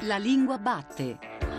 La lingua batte.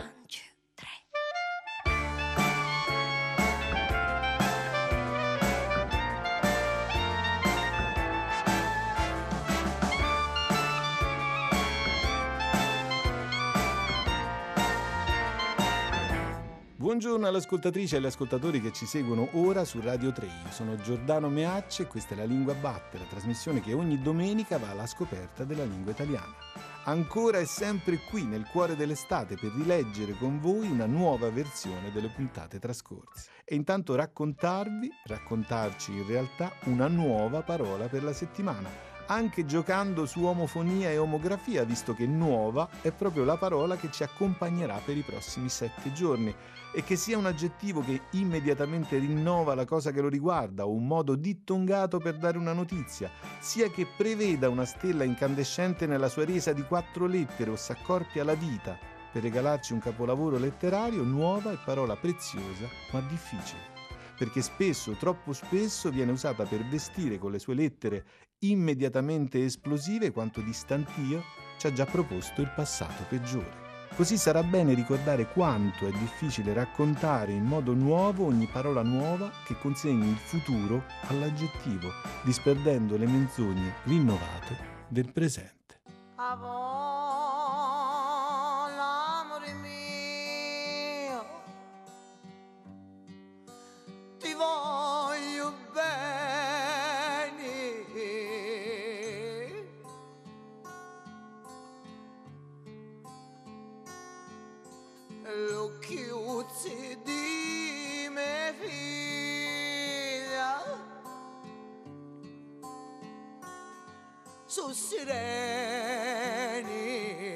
Buongiorno alle ascoltatrici e agli ascoltatori che ci seguono ora su Radio 3. Io sono Giordano Meacce e questa è La Lingua Batte, la trasmissione che ogni domenica va alla scoperta della lingua italiana. Ancora e sempre qui, nel cuore dell'estate, per rileggere con voi una nuova versione delle puntate trascorse. E intanto raccontarci in realtà una nuova parola per la settimana, anche giocando su omofonia e omografia, visto che nuova è proprio la parola che ci accompagnerà per i prossimi 7 giorni. E che sia un aggettivo che immediatamente rinnova la cosa che lo riguarda o un modo dittongato per dare una notizia, sia che preveda una stella incandescente nella sua resa di 4 lettere o s'accorpia la vita per regalarci un capolavoro letterario, nuova è parola preziosa ma difficile, perché spesso, troppo spesso, viene usata per vestire con le sue lettere immediatamente esplosive quanto di stantio ci ha già proposto il passato peggiore. Così sarà bene ricordare quanto è difficile raccontare in modo nuovo ogni parola nuova che consegni il futuro all'aggettivo, disperdendo le menzogne rinnovate del presente. L'amore mio, ti voglio bene, l'occhiuzzi di me figlia su sireni.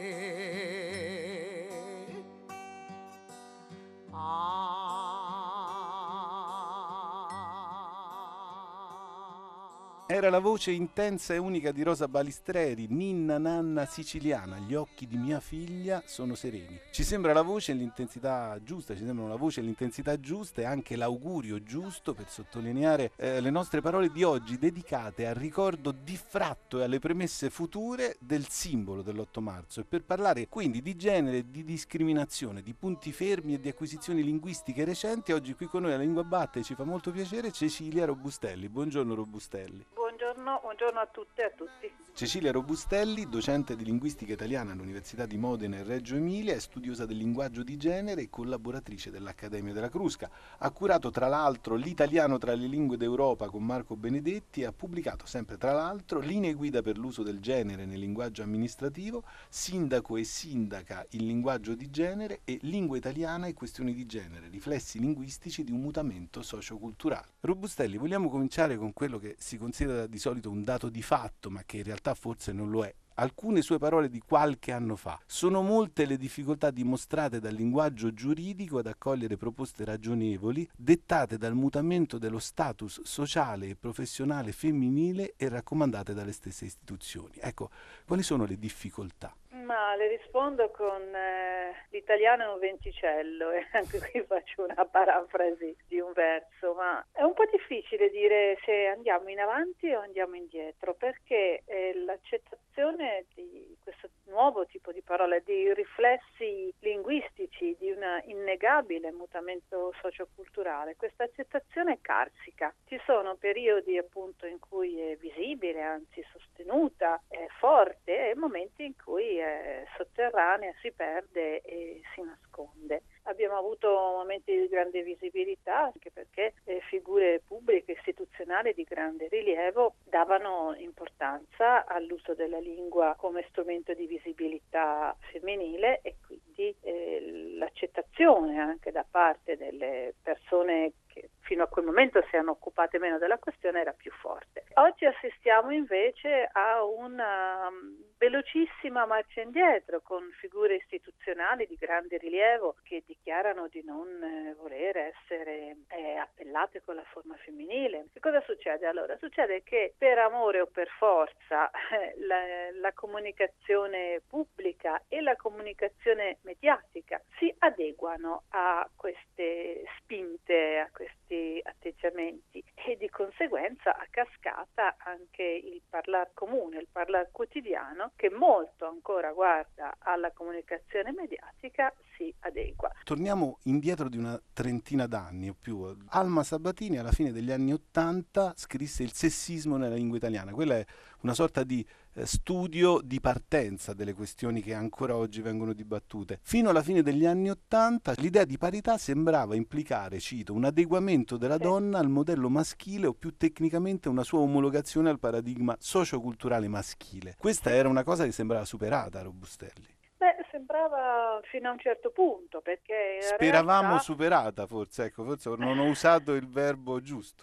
Era la voce intensa e unica di Rosa Balistreri, ninna nanna siciliana, gli occhi di mia figlia sono sereni. Ci sembra la voce e l'intensità giusta, ci sembrano la voce e l'intensità giusta e anche l'augurio giusto per sottolineare le nostre parole di oggi dedicate al ricordo diffratto e alle premesse future del simbolo dell'8 marzo e per parlare quindi di genere, di discriminazione, di punti fermi e di acquisizioni linguistiche recenti. Oggi qui con noi alla Lingua Batte ci fa molto piacere Cecilia Robustelli. Buongiorno Robustelli. Buongiorno a tutte e a tutti. Cecilia Robustelli, docente di linguistica italiana all'Università di Modena e Reggio Emilia, è studiosa del linguaggio di genere e collaboratrice dell'Accademia della Crusca. Ha curato tra l'altro L'italiano tra le lingue d'Europa con Marco Benedetti e ha pubblicato sempre tra l'altro Linee guida per l'uso del genere nel linguaggio amministrativo, Sindaco e sindaca, il linguaggio di genere e Lingua italiana e questioni di genere, riflessi linguistici di un mutamento socioculturale. Robustelli, vogliamo cominciare con quello che si considera di solito un dato di fatto, ma che in realtà forse non lo è. Alcune sue parole di qualche anno fa. Sono molte le difficoltà dimostrate dal linguaggio giuridico ad accogliere proposte ragionevoli, dettate dal mutamento dello status sociale e professionale femminile e raccomandate dalle stesse istituzioni. Ecco, quali sono le difficoltà? Ma le rispondo con l'italiano è un venticello e anche qui faccio una parafrasi di un verso, ma è un po' difficile dire se andiamo in avanti o andiamo indietro, perché l'accettazione di questo nuovo tipo di parola, di riflessi linguistici, di un innegabile mutamento socioculturale, questa accettazione è carsica. Ci sono periodi appunto in cui è visibile, anzi sostenuta, è forte, e momenti in cui è sotterranea, si perde e si nasconde. Abbiamo avuto momenti di grande visibilità anche perché figure pubbliche istituzionali di grande rilievo davano importanza all'uso della lingua come strumento di visibilità femminile e quindi l'accettazione anche da parte delle persone che fino a quel momento si erano occupate meno della questione era più forte. Oggi assistiamo invece a una velocissima marcia indietro con figure istituzionali di grande rilievo che dichiarano di non voler essere appellate con la forma femminile. Che cosa succede allora? Succede che per amore o per forza la comunicazione pubblica e la comunicazione mediatica si adeguano a queste spinte, a queste certi atteggiamenti e di conseguenza a cascata anche il parlar comune, il parlar quotidiano, che molto ancora guarda alla comunicazione mediatica, si adegua. Torniamo indietro di una trentina d'anni o più. Alma Sabatini alla fine degli anni '80 scrisse Il sessismo nella lingua italiana. Quella è una sorta di studio di partenza delle questioni che ancora oggi vengono dibattute. Fino alla fine degli anni '80 l'idea di parità sembrava implicare, cito, un adeguamento della donna al modello maschile o più tecnicamente una sua omologazione al paradigma socioculturale maschile. Questa era una cosa che sembrava superata a Robustelli. Beh, sembrava fino a un certo punto, perché Speravamo superata, forse non ho usato il verbo giusto.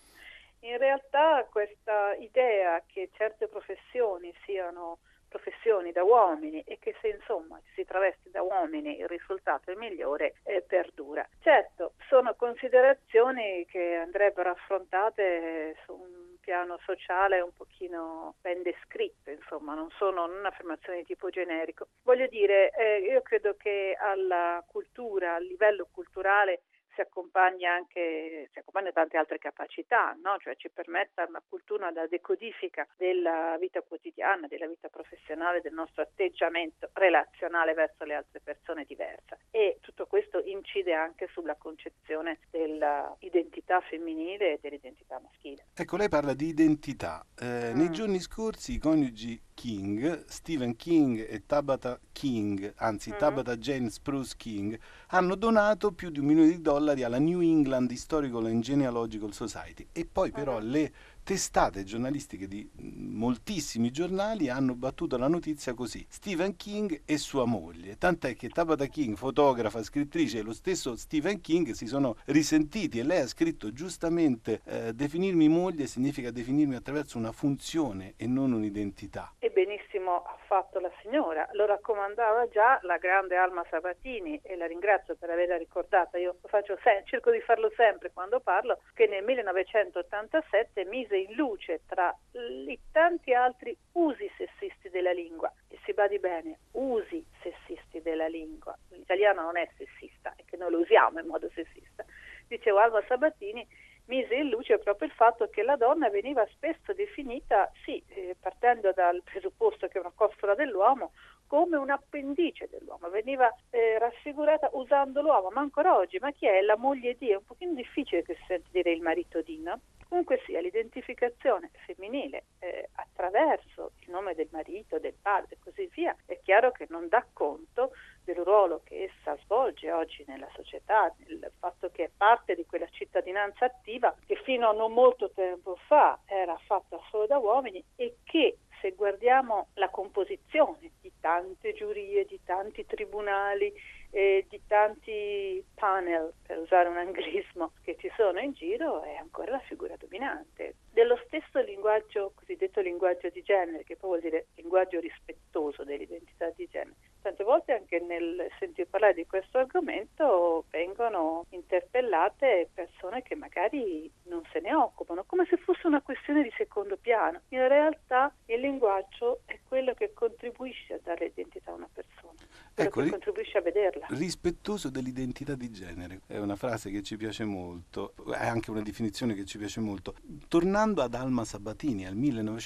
In realtà questa idea che certe professioni siano professioni da uomini e che se insomma si travesti da uomini il risultato è migliore, perdura. Certo, sono considerazioni che andrebbero affrontate su un piano sociale un pochino ben descritto, insomma, non sono un'affermazione di tipo generico. Voglio dire, io credo che alla cultura, a livello culturale, si accompagna tante altre capacità, no? Cioè ci permette una cultura, una decodifica della vita quotidiana, della vita professionale, del nostro atteggiamento relazionale verso le altre persone diversa. E tutto questo incide anche sulla concezione dell'identità femminile e dell'identità maschile. Ecco, lei parla di identità. Nei giorni scorsi i coniugi King, Stephen King e Tabitha King, anzi Tabitha Jane Spruce King, hanno donato più di $1 milione alla New England Historical and Genealogical Society, e poi però le testate giornalistiche di moltissimi giornali hanno battuto la notizia così: Stephen King e sua moglie, tant'è che Tabitha King, fotografa, scrittrice, e lo stesso Stephen King si sono risentiti, e lei ha scritto giustamente definirmi moglie significa definirmi attraverso una funzione e non un'identità. E benissimo ha fatto la signora, lo raccomandava già la grande Alma Sabatini, e la ringrazio per averla ricordata. Io cerco di farlo sempre quando parlo, che nel 1987 mise in luce tra i tanti altri usi sessisti della lingua, e si badi bene, usi sessisti della lingua, l'italiano non è sessista, è che noi lo usiamo in modo sessista. Dicevo, Alma Sabatini mise in luce proprio il fatto che la donna veniva spesso definita, partendo dal presupposto che è una costola dell'uomo, come un appendice dell'uomo, veniva raffigurata usando l'uomo, ma ancora oggi, ma chi è la moglie di? È un pochino difficile che si sente dire il marito di, no? Comunque sia, l'identificazione femminile attraverso il nome del marito, del padre e così via, è chiaro che non dà conto del ruolo che essa svolge oggi nella società, il fatto che è parte di quella cittadinanza attiva che fino a non molto tempo fa era fatta solo da uomini, e che, se guardiamo la composizione di tante giurie, di tanti tribunali, di tanti panel, per usare un anglismo, che ci sono in giro, è ancora la figura dominante. Dello stesso linguaggio, cosiddetto linguaggio di genere, che poi vuol dire linguaggio rispettoso dell'identità di genere. Tante volte anche nel sentir parlare di questo argomento vengono interpellate persone che magari non se ne occupano, come se fosse una questione di secondo piano. In realtà il linguaggio è quello che contribuisce a dare identità a una persona, quello che contribuisce a vederla. Rispettoso dell'identità di genere è una frase che ci piace molto, è anche una definizione che ci piace molto. Tornando ad Alma Sabatini al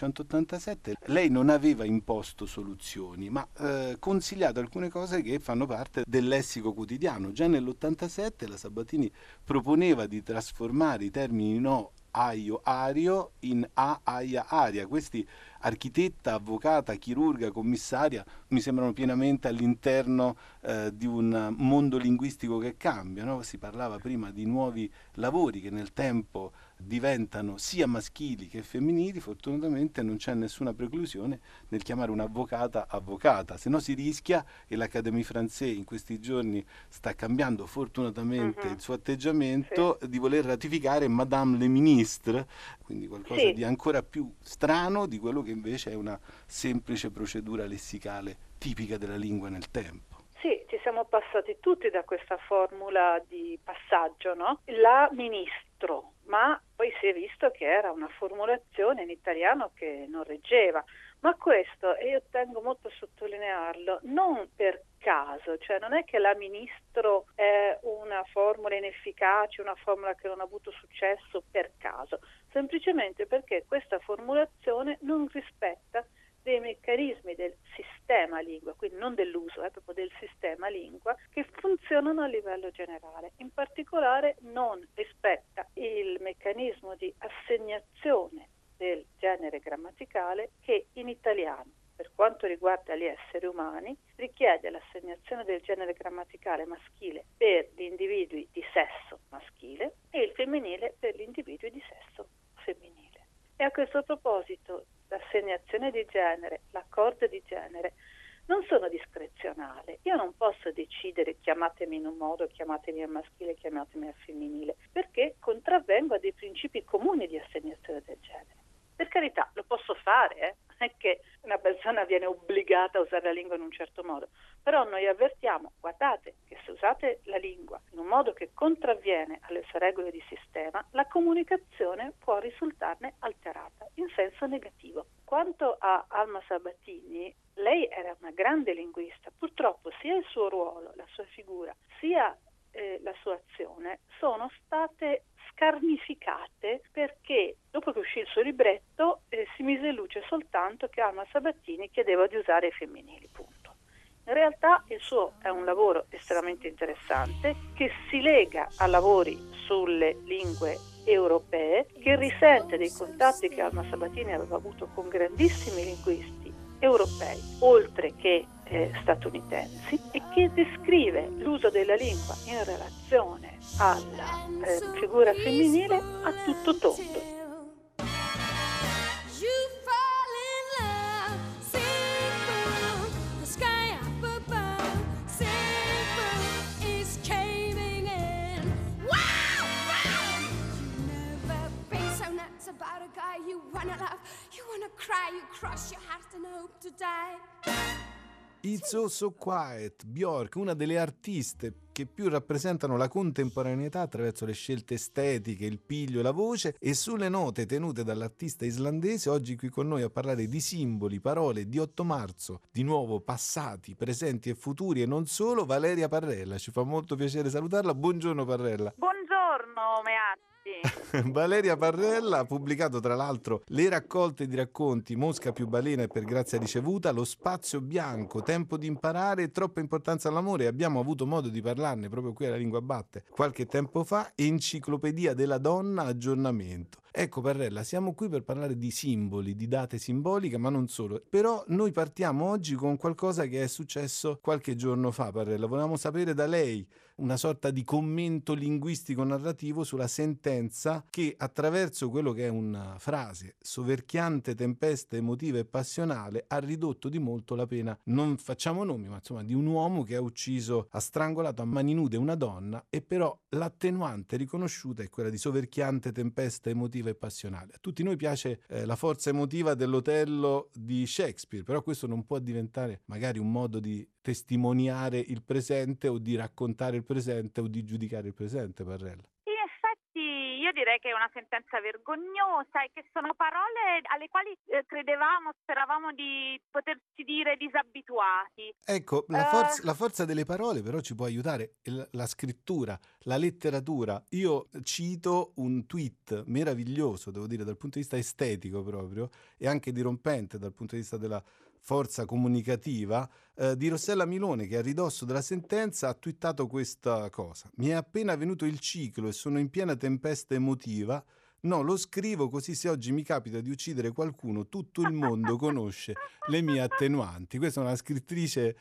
1987, lei non aveva imposto soluzioni, ma consigliato alcune cose che fanno parte del lessico quotidiano. Già nell'87 la Sabatini proponeva di trasformare i termini no, aio, ario in a, aia, aria. Questi architetta, avvocata, chirurga, commissaria mi sembrano pienamente all'interno di un mondo linguistico che cambia, no? Si parlava prima di nuovi lavori che nel tempo diventano sia maschili che femminili. Fortunatamente non c'è nessuna preclusione nel chiamare un'avvocata avvocata, se no si rischia, e l'Académie Française in questi giorni sta cambiando fortunatamente il suo atteggiamento, di voler ratificare Madame le Ministre, quindi qualcosa di ancora più strano di quello che invece è una semplice procedura lessicale tipica della lingua nel tempo. Sì, ci siamo passati tutti da questa formula di passaggio, no? La ministro, ma poi si è visto che era una formulazione in italiano che non reggeva. Ma questo, e io tengo molto a sottolinearlo, non per caso, cioè non è che la ministro è una formula inefficace, una formula che non ha avuto successo per caso, semplicemente perché questa formulazione non rispetta dei meccanismi del sistema lingua, quindi non dell'uso, proprio del sistema lingua, che funzionano a livello generale. In particolare non rispetta il meccanismo di assegnazione del genere grammaticale che in italiano, per quanto riguarda gli esseri umani, richiede l'assegnazione del genere grammaticale maschile per gli individui di sesso maschile e il femminile per gli individui di sesso femminile. E a questo proposito l'assegnazione di genere, l'accordo di genere non sono discrezionali. Io non posso decidere chiamatemi in un modo, chiamatemi al maschile, chiamatemi al femminile, perché contravvengo a dei principi comuni di assegnazione del genere. Per carità, lo posso fare, non è che una persona viene obbligata a usare la lingua in un certo modo, però noi avvertiamo, guardate che se usate la lingua in un modo che contravviene alle sue regole di sistema, la comunicazione può risultarne alterata in senso negativo. Quanto a Alma Sabatini, lei era una grande linguista, purtroppo sia il suo ruolo, la sua figura, sia la sua azione sono state scarnificate perché dopo che uscì il suo libretto si mise in luce soltanto che Alma Sabatini chiedeva di usare i femminili, punto. In realtà il suo è un lavoro estremamente interessante che si lega a lavori sulle lingue europee, che risente dei contatti che Alma Sabatini aveva avuto con grandissimi linguisti europei, oltre che statunitensi, e che descrive l'uso della lingua in relazione alla figura femminile a tutto tondo. About a guy you wanna love, you wanna cry, you cross your heart and hope to die. It's So So Quiet, Björk, una delle artiste che più rappresentano la contemporaneità attraverso le scelte estetiche, il piglio e la voce, e sulle note tenute dall'artista islandese, oggi qui con noi a parlare di simboli, parole, di 8 marzo, di nuovo passati, presenti e futuri e non solo, Valeria Parrella. Ci fa molto piacere salutarla. Buongiorno Parrella. Buongiorno Meazzi. Valeria Parrella ha pubblicato tra l'altro le raccolte di racconti Mosca più balena e Per grazia ricevuta, Lo spazio bianco, Tempo di imparare e Troppa importanza all'amore. Abbiamo avuto modo di parlarne proprio qui alla Lingua Batte qualche tempo fa. Enciclopedia della donna, aggiornamento. Ecco Parrella, siamo qui per parlare di simboli, di date simboliche, ma non solo. Però noi partiamo oggi con qualcosa che è successo qualche giorno fa, Parrella. Volevamo sapere da lei una sorta di commento linguistico narrativo sulla sentenza che, attraverso quello che è una frase soverchiante, tempesta emotiva e passionale, ha ridotto di molto la pena, non facciamo nomi, ma insomma di un uomo che ha ucciso, ha strangolato a mani nude una donna, e però l'attenuante riconosciuta è quella di soverchiante, tempesta emotiva e passionale. A tutti noi piace la forza emotiva dell'Otello di Shakespeare, però questo non può diventare magari un modo di testimoniare il presente o di raccontare il presente o di giudicare il presente, Parrella. In effetti io direi che è una sentenza vergognosa e che sono parole alle quali credevamo, speravamo di potersi dire disabituati. Ecco, la forza delle parole però ci può aiutare, la scrittura, la letteratura. Io cito un tweet meraviglioso, devo dire, dal punto di vista estetico proprio, e anche dirompente dal punto di vista della forza comunicativa, di Rossella Milone, che a ridosso della sentenza ha twittato questa cosa: mi è appena venuto il ciclo e sono in piena tempesta emotiva. No, lo scrivo così se oggi mi capita di uccidere qualcuno, tutto il mondo conosce le mie attenuanti. Questa è una scrittrice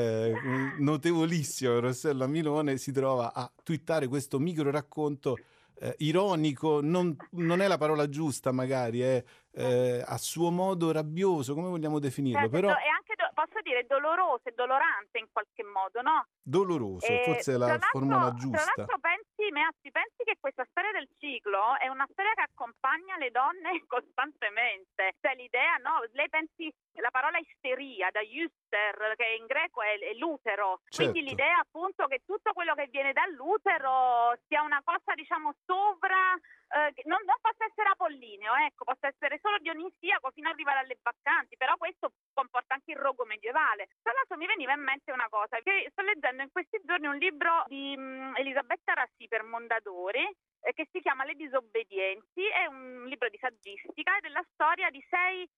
notevolissima, Rossella Milone, si trova a twittare questo micro racconto ironico, non è la parola giusta magari, è a suo modo rabbioso, come vogliamo definirlo, però... E anche posso dire, doloroso e dolorante in qualche modo, no? Doloroso, forse è la formula giusta. Tra l'altro pensi che questa storia del ciclo è una storia che accompagna le donne costantemente. Cioè l'idea, no? Lei pensi, la parola isteria, da Yuster, che in greco è l'utero. Certo. Quindi l'idea appunto che tutto quello che viene dall'utero sia una cosa, diciamo, non possa essere apollineo, ecco, possa essere solo dionisiaco fino ad arrivare alle Baccanti, però questo comporta anche il rogo medievale. Tra l'altro mi veniva in mente una cosa, che sto leggendo in questi giorni un libro di Elisabetta Rassi per Mondadori, che si chiama Le disobbedienti, è un libro di saggistica ed è la storia di 6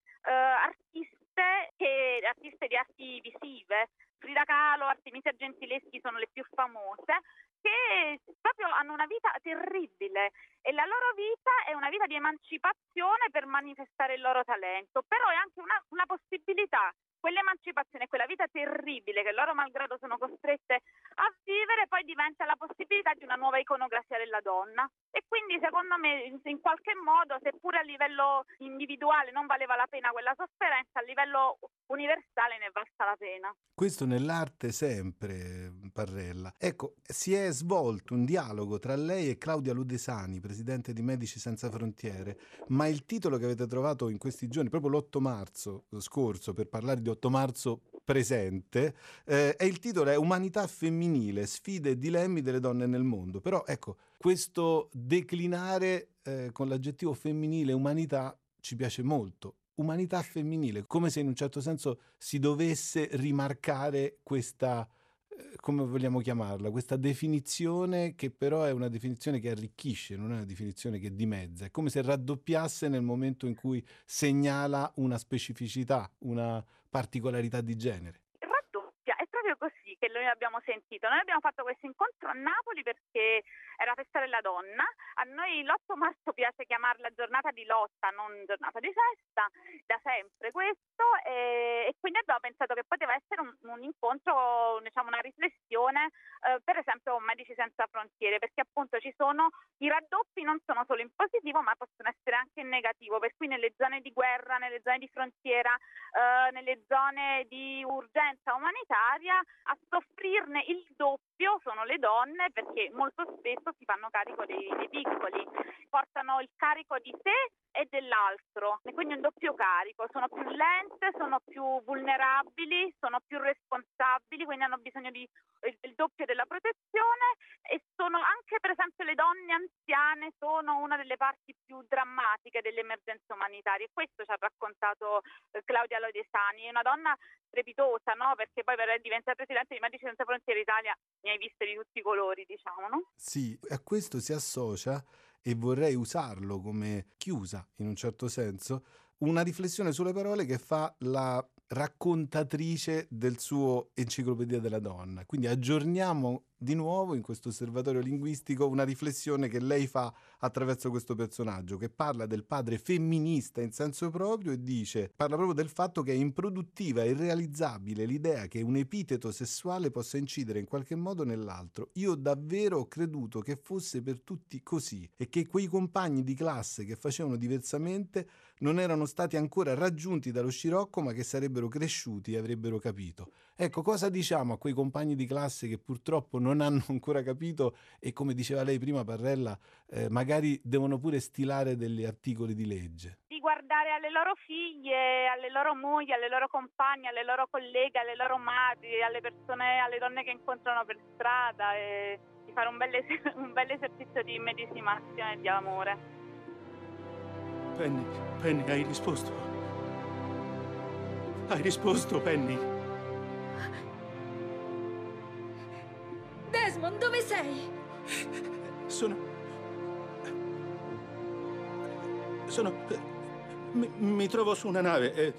artiste di arti visive. Frida Kahlo, Artemisia Gentileschi sono le più famose, che proprio hanno una vita terribile e la loro vita è una vita di emancipazione per manifestare il loro talento, però è anche una possibilità. Quell'emancipazione, quella vita terribile che loro malgrado sono costrette a vivere, poi diventa la possibilità di una nuova iconografia della donna. E quindi secondo me in qualche modo, seppure a livello individuale non valeva la pena quella sofferenza, a livello universale ne basta la pena. Questo nell'arte sempre, Parrella. Ecco, si è svolto un dialogo tra lei e Claudia Lodesani, presidente di Medici Senza Frontiere, ma il titolo che avete trovato in questi giorni, proprio l'8 marzo scorso, per parlare di 8 marzo presente, il titolo è Umanità femminile, sfide e dilemmi delle donne nel mondo. Però ecco, questo declinare con l'aggettivo femminile umanità ci piace molto. Umanità femminile, come se in un certo senso si dovesse rimarcare questa, come vogliamo chiamarla, questa definizione che però è una definizione che arricchisce, non è una definizione che dimezza, è come se raddoppiasse nel momento in cui segnala una specificità, una particolarità di genere. Raddoppia, è proprio così che noi abbiamo sentito. Noi abbiamo fatto questo incontro a Napoli perché era festa della donna. A noi l'8 marzo piace chiamarla giornata di lotta, non giornata di festa, da sempre questo, e quindi abbiamo pensato che poteva essere un incontro, diciamo una riflessione, per esempio con Medici Senza Frontiere, perché appunto i raddoppi non sono solo in positivo ma possono essere anche in negativo, per cui nelle zone di guerra, nelle zone di frontiera, nelle zone di urgenza umanitaria, a soffrirne il doppio sono le donne, perché molto spesso si fanno carico dei piccoli, portano il carico di sé e dell'altro, e quindi un doppio carico, sono più lente, sono più vulnerabili, sono più responsabili, quindi hanno bisogno del doppio della protezione, e sono anche, per esempio, le donne anziane sono una delle parti più drammatiche delle emergenze umanitarie, e questo ci ha raccontato Claudia Lodesani. È una donna strepitosa, no? Perché poi per diventare presidente di Medici Senza Frontiere Italia ne hai viste di tutti i colori, diciamo, no? Sì, a questo si associa, e vorrei usarlo come chiusa in un certo senso, una riflessione sulle parole che fa la raccontatrice del suo Enciclopedia della Donna. Quindi aggiorniamo di nuovo in questo osservatorio linguistico una riflessione che lei fa attraverso questo personaggio, che parla del padre femminista in senso proprio e parla proprio del fatto che è improduttiva e irrealizzabile l'idea che un epiteto sessuale possa incidere in qualche modo nell'altro. Io davvero ho creduto che fosse per tutti così e che quei compagni di classe che facevano diversamente non erano stati ancora raggiunti dallo scirocco, ma che sarebbero cresciuti e avrebbero capito. Ecco, cosa diciamo a quei compagni di classe che purtroppo non hanno ancora capito e, come diceva lei prima, Parrella, magari devono pure stilare degli articoli di legge? Di guardare alle loro figlie, alle loro mogli, alle loro compagne, alle loro colleghe, alle loro madri, alle donne che incontrano per strada, e di fare un bel esercizio di immedesimazione e di amore. Penny, hai risposto? Hai risposto, Penny? Desmond, dove sei? Mi trovo su una nave e...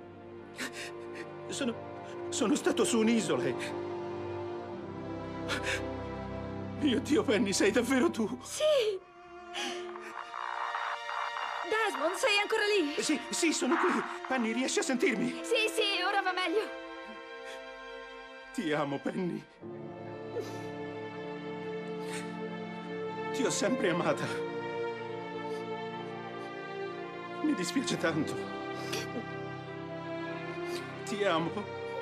Sono stato su un'isola e... Mio Dio, Penny, sei davvero tu? Sì! Desmond, sei ancora lì? Sì, sono qui. Penny, riesci a sentirmi? Sì, ora va meglio. Ti amo, Penny. Ti ho sempre amata. Mi dispiace tanto. Ti amo.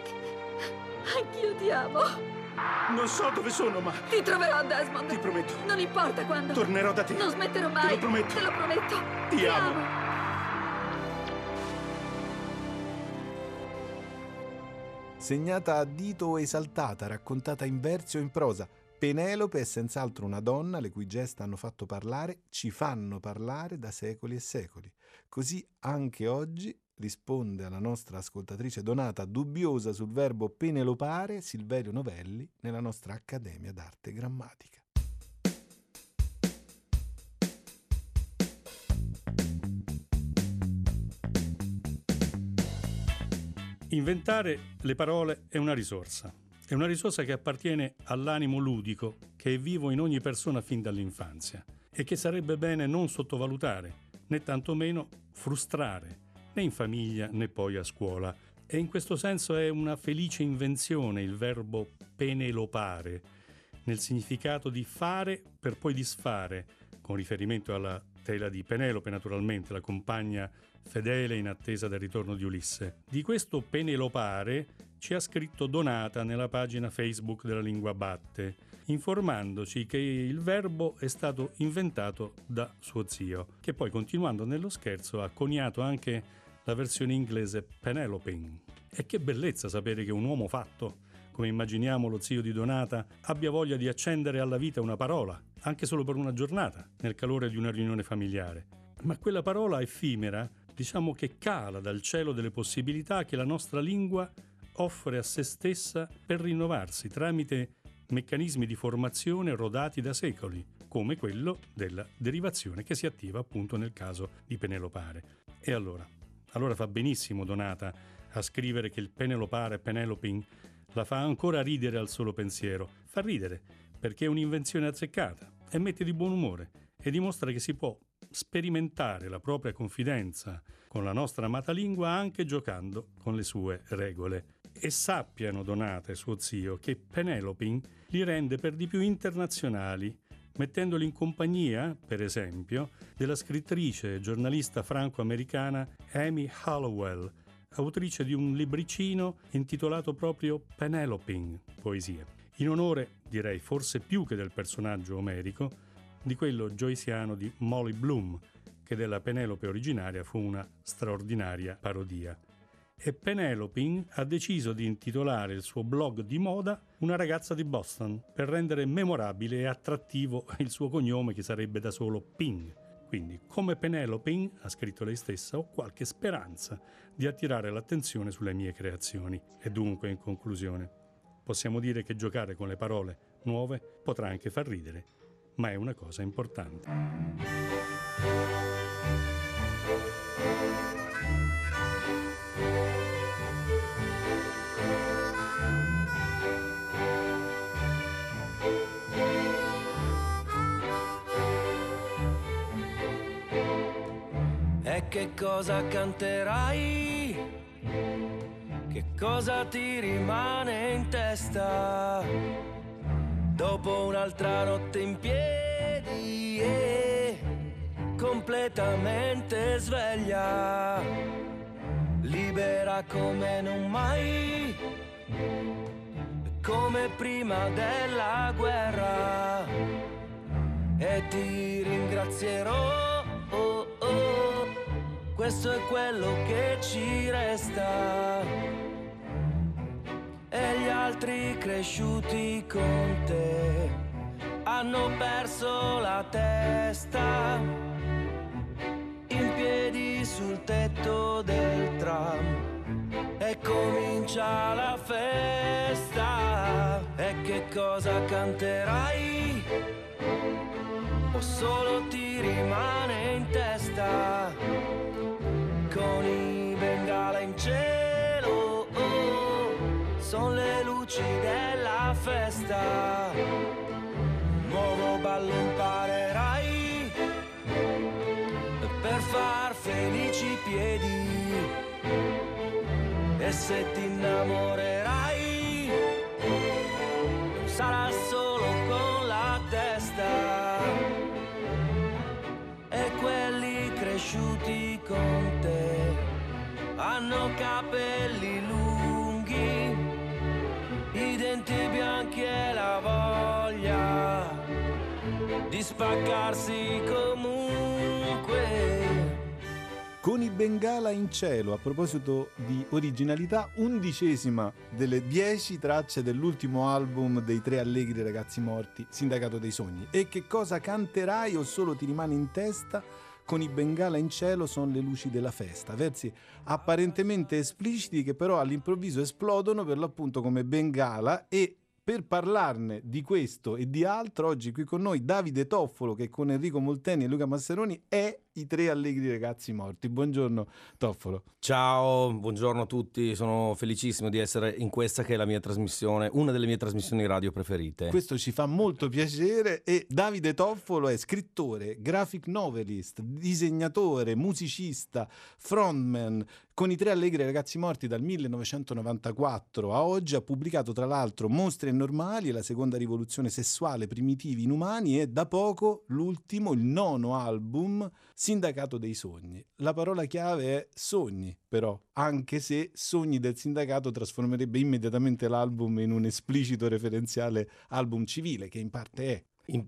Anch'io ti amo. Non so dove sono, ma Ti troverò, Desmond. ti prometto, Non importa quando. tornerò da te. Non smetterò mai. Te lo prometto. Te lo prometto. Ti amo. Segnata a dito o esaltata, raccontata in versi o in prosa, Penelope è senz'altro una donna le cui gesta hanno fatto parlare, ci fanno parlare da secoli e secoli. Così anche oggi risponde alla nostra ascoltatrice Donata, dubbiosa sul verbo penelopare, Silverio Novelli, nella nostra Accademia d'Arte Grammatica. Inventare le parole è una risorsa. È una risorsa che appartiene all'animo ludico, che è vivo in ogni persona fin dall'infanzia e che sarebbe bene non sottovalutare, né tantomeno frustrare, né in famiglia né poi a scuola. E in questo senso è una felice invenzione il verbo penelopare, nel significato di fare per poi disfare, con riferimento alla tela di Penelope naturalmente, la compagna fedele in attesa del ritorno di Ulisse. Di questo penelopare ci ha scritto Donata nella pagina Facebook della Lingua Batte, informandoci che il verbo è stato inventato da suo zio, che poi, continuando nello scherzo, ha coniato anche la versione inglese Peneloping. E che bellezza sapere che un uomo fatto, come immaginiamo lo zio di Donata, abbia voglia di accendere alla vita una parola, anche solo per una giornata, nel calore di una riunione familiare. Ma quella parola effimera, diciamo che cala dal cielo delle possibilità che la nostra lingua offre a se stessa per rinnovarsi tramite meccanismi di formazione rodati da secoli, come quello della derivazione che si attiva appunto nel caso di penelopare. E allora fa benissimo Donata a scrivere che il penelopare, peneloping, la fa ancora ridere al solo pensiero. Fa ridere perché è un'invenzione azzeccata e mette di buon umore e dimostra che si può sperimentare la propria confidenza con la nostra amata lingua anche giocando con le sue regole. E sappiano Donata e suo zio che peneloping li rende per di più internazionali, mettendoli in compagnia, per esempio, della scrittrice e giornalista franco-americana Amy Hallowell, autrice di un libricino intitolato proprio Peneloping, poesie, in onore, direi forse più che del personaggio omerico, di quello joyciano di Molly Bloom, che della Penelope originaria fu una straordinaria parodia. E Peneloping ha deciso di intitolare il suo blog di moda Una ragazza di Boston, per rendere memorabile e attrattivo il suo cognome, che sarebbe da solo Ping. Quindi, come Peneloping, ha scritto lei stessa, ho qualche speranza di attirare l'attenzione sulle mie creazioni. E dunque, in conclusione, possiamo dire che giocare con le parole nuove potrà anche far ridere, ma è una cosa importante. E che cosa canterai? Che cosa ti rimane in testa? Dopo un'altra notte in piedi e completamente sveglia, libera come non mai, come prima della guerra. E ti ringrazierò, oh, oh, questo è quello che ci resta. E gli altri cresciuti con te hanno perso la testa, in piedi sul tetto del tram, e comincia la festa. E che cosa canterai? O solo ti rimane in testa, con i bengala in cielo, oh, son le luci della festa. Nuovo ballo imparerai per far felici i piedi, e se ti innamorerai non sarà solo con la testa. E quelli cresciuti con te hanno capelli lunghi di spaccarsi comunque. Con i Bengala in cielo, a proposito di originalità, 11ª delle 10 tracce dell'ultimo album dei Tre Allegri Ragazzi Morti, Sindacato dei Sogni. E che cosa canterai o solo ti rimane in testa? Con i Bengala in cielo sono le luci della festa, versi apparentemente espliciti che però all'improvviso esplodono per l'appunto come Bengala. E per parlarne di questo e di altro, oggi qui con noi Davide Toffolo, che con Enrico Molteni e Luca Masseroni è i Tre Allegri Ragazzi Morti. Buongiorno Toffolo. Ciao, buongiorno a tutti, sono felicissimo di essere in questa che è la mia trasmissione, una delle mie trasmissioni radio preferite. Questo ci fa molto piacere. E Davide Toffolo è scrittore, graphic novelist, disegnatore, musicista, frontman. Con i Tre Allegri Ragazzi Morti dal 1994 a oggi ha pubblicato tra l'altro Mostri e Normali e La seconda rivoluzione sessuale, Primitivi inumani e da poco l'ultimo, il 9º album, Sindacato dei Sogni. La parola chiave è sogni, però, anche se Sogni del Sindacato trasformerebbe immediatamente l'album in un esplicito referenziale album civile, che in parte è. In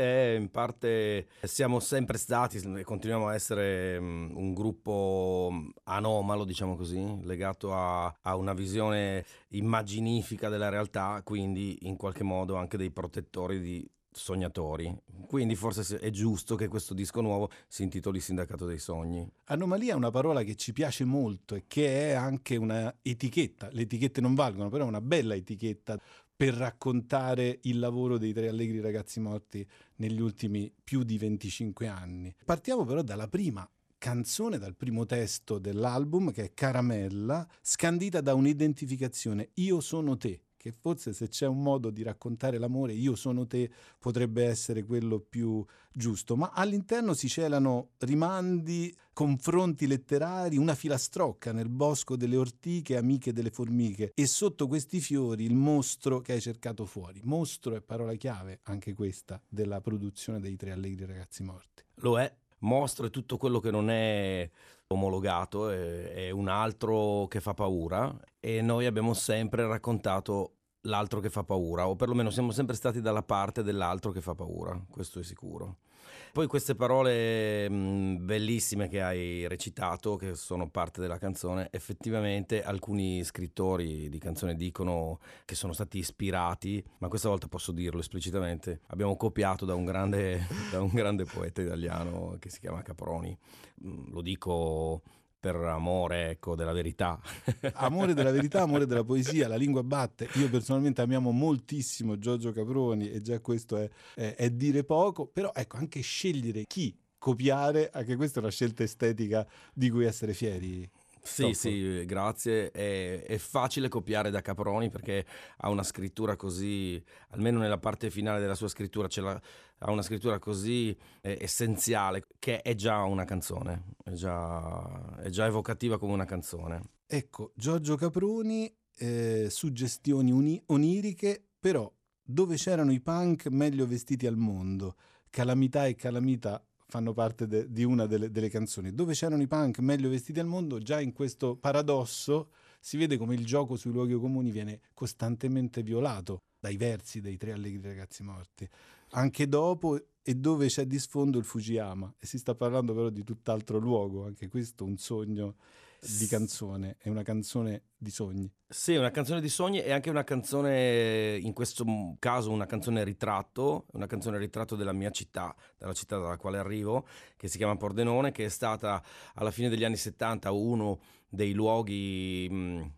parte siamo sempre stati e continuiamo a essere un gruppo anomalo, diciamo così, legato a una visione immaginifica della realtà, quindi in qualche modo anche dei protettori di sognatori. Quindi forse è giusto che questo disco nuovo si intitoli Sindacato dei Sogni. Anomalia è una parola che ci piace molto e che è anche una etichetta. Le etichette non valgono, però è una bella etichetta per raccontare il lavoro dei Tre Allegri Ragazzi Morti negli ultimi più di 25 anni. Partiamo però dalla prima canzone, dal primo testo dell'album, che è Caramella, scandita da un'identificazione: io sono te, che forse se c'è un modo di raccontare l'amore, io sono te, potrebbe essere quello più giusto. Ma all'interno si celano rimandi, confronti letterari, una filastrocca nel bosco delle ortiche, amiche delle formiche, e sotto questi fiori il mostro che hai cercato fuori. Mostro è parola chiave, anche questa, della produzione dei Tre Allegri Ragazzi Morti. Lo è. Mostro è tutto quello che non è omologato, è un altro che fa paura, e noi abbiamo sempre raccontato l'altro che fa paura, o perlomeno siamo sempre stati dalla parte dell'altro che fa paura, questo è sicuro. Poi queste parole bellissime che hai recitato, che sono parte della canzone, effettivamente alcuni scrittori di canzone dicono che sono stati ispirati, ma questa volta posso dirlo esplicitamente, abbiamo copiato da un grande poeta italiano che si chiama Caproni. Lo dico per amore, ecco, della verità. Amore della verità, amore della poesia, la lingua batte. Io personalmente amiamo moltissimo Giorgio Caproni e già questo è dire poco, però ecco, anche scegliere chi copiare, anche questa è una scelta estetica di cui essere fieri. Sì, grazie. È facile copiare da Caproni perché ha una scrittura così, almeno nella parte finale della sua scrittura, ha una scrittura così essenziale che è già una canzone, è già evocativa come una canzone. Ecco, Giorgio Caproni, suggestioni oniriche, però dove c'erano i punk meglio vestiti al mondo, Calamità e Calamita fanno parte di una delle canzoni. Dove c'erano i punk meglio vestiti al mondo, già in questo paradosso si vede come il gioco sui luoghi comuni viene costantemente violato dai versi dei Tre Allegri Ragazzi Morti. Anche dopo, e dove c'è di sfondo il Fujiyama, e si sta parlando però di tutt'altro luogo, anche questo un sogno di canzone, è una canzone di sogni. Sì, una canzone di sogni e anche una canzone, in questo caso una canzone ritratto della mia città, dalla città dalla quale arrivo, che si chiama Pordenone, che è stata alla fine degli anni 70 uno dei luoghi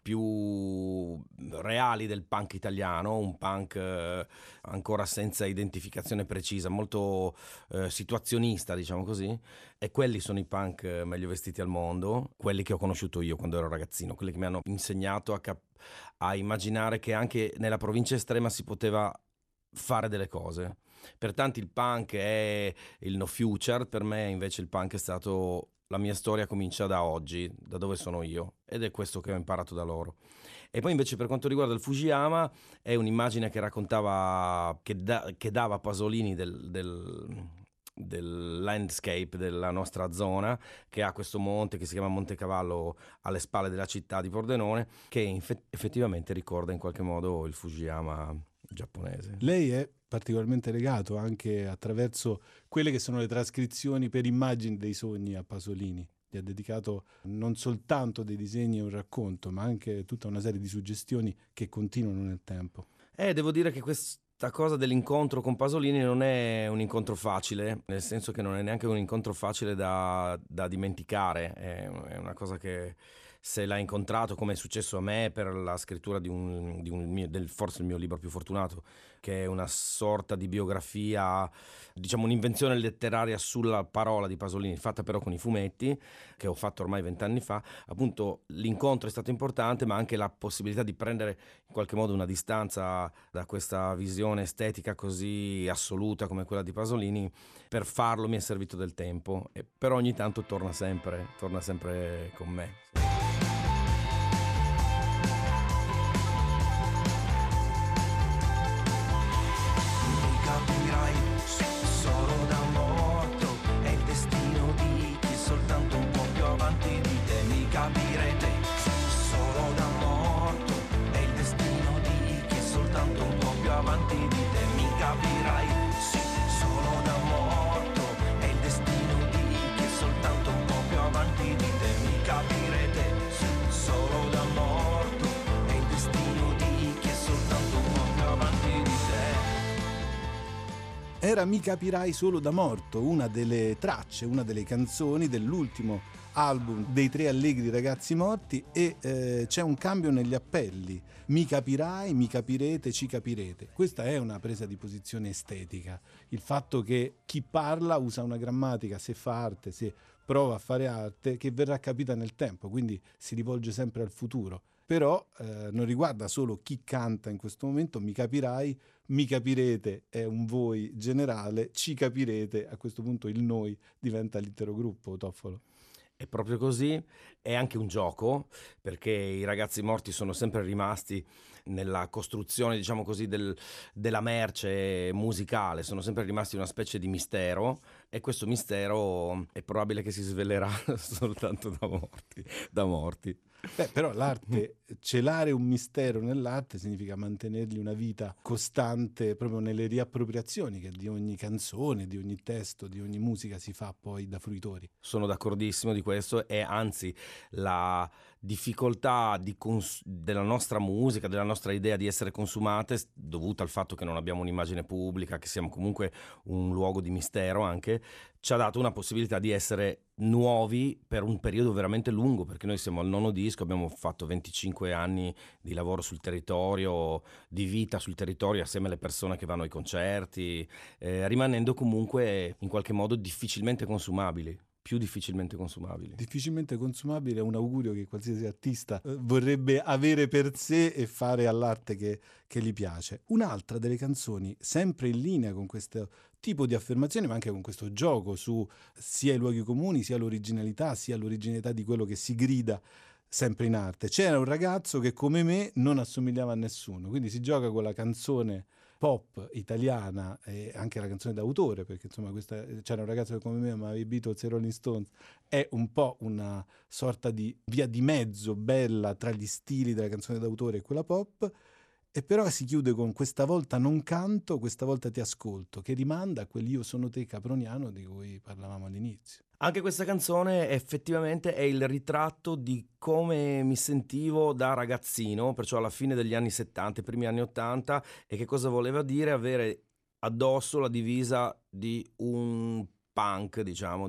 più reali del punk italiano, un punk ancora senza identificazione precisa, molto situazionista, diciamo così, e quelli sono i punk meglio vestiti al mondo, quelli che ho conosciuto io quando ero ragazzino, quelli che mi hanno insegnato a immaginare che anche nella provincia estrema si poteva fare delle cose. Per tanti il punk è il no future, per me invece il punk è stato... La mia storia comincia da oggi, da dove sono io, ed è questo che ho imparato da loro. E poi invece per quanto riguarda il Fujiyama, è un'immagine che raccontava, che dava Pasolini del landscape della nostra zona, che ha questo monte che si chiama Monte Cavallo alle spalle della città di Pordenone, che effettivamente ricorda in qualche modo il Fujiyama giapponese. Lei è particolarmente legato anche attraverso quelle che sono le trascrizioni per immagini dei sogni a Pasolini. Gli ha dedicato non soltanto dei disegni e un racconto, ma anche tutta una serie di suggestioni che continuano nel tempo. Devo dire che questa cosa dell'incontro con Pasolini non è un incontro facile, nel senso che non è neanche un incontro facile da dimenticare, è una cosa che se l'ha incontrato, come è successo a me per la scrittura forse il mio libro più fortunato, che è una sorta di biografia, diciamo un'invenzione letteraria sulla parola di Pasolini, fatta però con i fumetti, che ho fatto ormai 20 anni fa. Appunto l'incontro è stato importante, ma anche la possibilità di prendere in qualche modo una distanza da questa visione estetica così assoluta come quella di Pasolini. Per farlo mi è servito del tempo, però ogni tanto torna sempre con me. Solo da morto è il destino di chi soltanto un po' più avanti di te. Mi capirete, solo da morto è il destino di chi soltanto un po' più avanti di te. Mi capirai, sì, solo da morto è il destino di chi soltanto un po' più avanti di te. Mi capirete, sì, solo da morto è il destino di chi soltanto un po' più avanti di te. Era Mi capirai solo da morto, una delle tracce, una delle canzoni dell'ultimo album dei Tre Allegri Ragazzi Morti, e c'è un cambio negli appelli. Mi capirai, mi capirete, ci capirete. Questa è una presa di posizione estetica. Il fatto che chi parla usa una grammatica, se fa arte, se prova a fare arte, che verrà capita nel tempo, quindi si rivolge sempre al futuro. Però non riguarda solo chi canta in questo momento. Mi capirai, mi capirete è un voi generale, ci capirete, a questo punto il noi diventa l'intero gruppo, Toffolo. È proprio così, è anche un gioco, perché i Ragazzi Morti sono sempre rimasti nella costruzione, diciamo così, della merce musicale, sono sempre rimasti una specie di mistero, e questo mistero è probabile che si svelerà soltanto da morti. Però l'arte, celare un mistero nell'arte significa mantenergli una vita costante proprio nelle riappropriazioni che di ogni canzone, di ogni testo, di ogni musica si fa poi da fruitori. Sono d'accordissimo di questo, e anzi la difficoltà della nostra musica, della nostra idea di essere consumate, dovuta al fatto che non abbiamo un'immagine pubblica, che siamo comunque un luogo di mistero anche, ci ha dato una possibilità di essere nuovi per un periodo veramente lungo, perché noi siamo al 9° disco, abbiamo fatto 25 anni di lavoro sul territorio, di vita sul territorio assieme alle persone che vanno ai concerti, rimanendo comunque in qualche modo difficilmente consumabili. Più difficilmente consumabili. Difficilmente consumabile è un augurio che qualsiasi artista vorrebbe avere per sé e fare all'arte che gli piace. Un'altra delle canzoni, sempre in linea con questo tipo di affermazione, ma anche con questo gioco su sia i luoghi comuni, sia l'originalità di quello che si grida sempre in arte. C'era un ragazzo che come me non assomigliava a nessuno, quindi si gioca con la canzone pop italiana e anche la canzone d'autore, perché insomma c'era un ragazzo che come me amava i Beatles e i Rolling Stones, è un po' una sorta di via di mezzo bella tra gli stili della canzone d'autore e quella pop, e però si chiude con Questa volta non canto, questa volta ti ascolto, che rimanda a quell'Io sono te caproniano di cui parlavamo all'inizio. Anche questa canzone effettivamente è il ritratto di come mi sentivo da ragazzino, perciò alla fine degli anni 70, i primi anni 80, e che cosa voleva dire avere addosso la divisa di un punk, diciamo,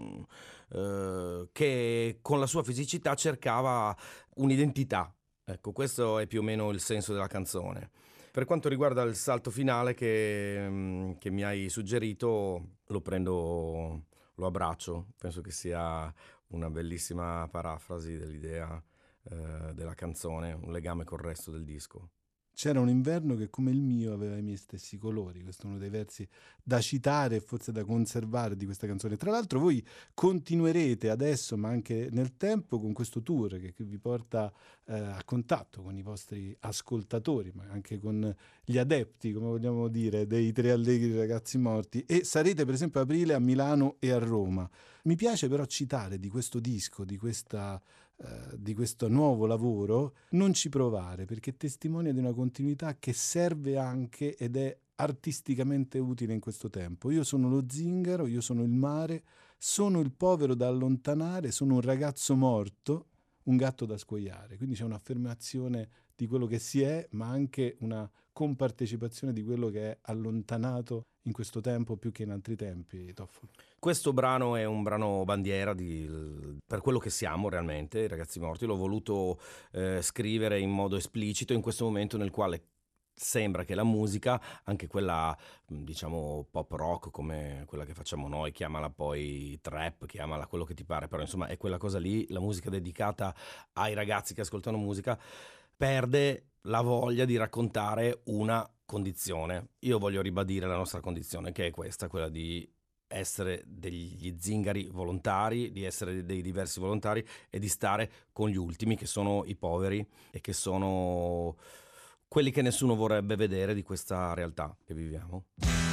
che con la sua fisicità cercava un'identità. Ecco, questo è più o meno il senso della canzone. Per quanto riguarda il salto finale che mi hai suggerito, lo abbraccio, penso che sia una bellissima parafrasi dell'idea della canzone, un legame col resto del disco. C'era un inverno che come il mio aveva i miei stessi colori. Questo è uno dei versi da citare e forse da conservare di questa canzone. Tra l'altro voi continuerete adesso, ma anche nel tempo, con questo tour che vi porta a contatto con i vostri ascoltatori, ma anche con gli adepti, come vogliamo dire, dei Tre Allegri Ragazzi Morti, e sarete per esempio a aprile a Milano e a Roma. Mi piace però citare di questo disco, di questa di questo nuovo lavoro, non ci provare, perché testimonia di una continuità che serve anche ed è artisticamente utile in questo tempo. Io sono lo zingaro, io sono il mare, sono il povero da allontanare, sono un ragazzo morto, un gatto da scuoiare. Quindi c'è un'affermazione di quello che si è, ma anche una compartecipazione di quello che è allontanato in questo tempo più che in altri tempi, Toffolo. Questo brano è un brano bandiera per quello che siamo realmente, i ragazzi morti. L'ho voluto scrivere in modo esplicito in questo momento nel quale sembra che la musica, anche quella diciamo pop rock come quella che facciamo noi, chiamala poi trap, chiamala quello che ti pare, però insomma è quella cosa lì, la musica dedicata ai ragazzi che ascoltano musica, perde la voglia di raccontare una condizione. Io voglio ribadire la nostra condizione, che è questa, quella di essere degli zingari volontari, di essere dei diversi volontari e di stare con gli ultimi, che sono i poveri e che sono quelli che nessuno vorrebbe vedere di questa realtà che viviamo.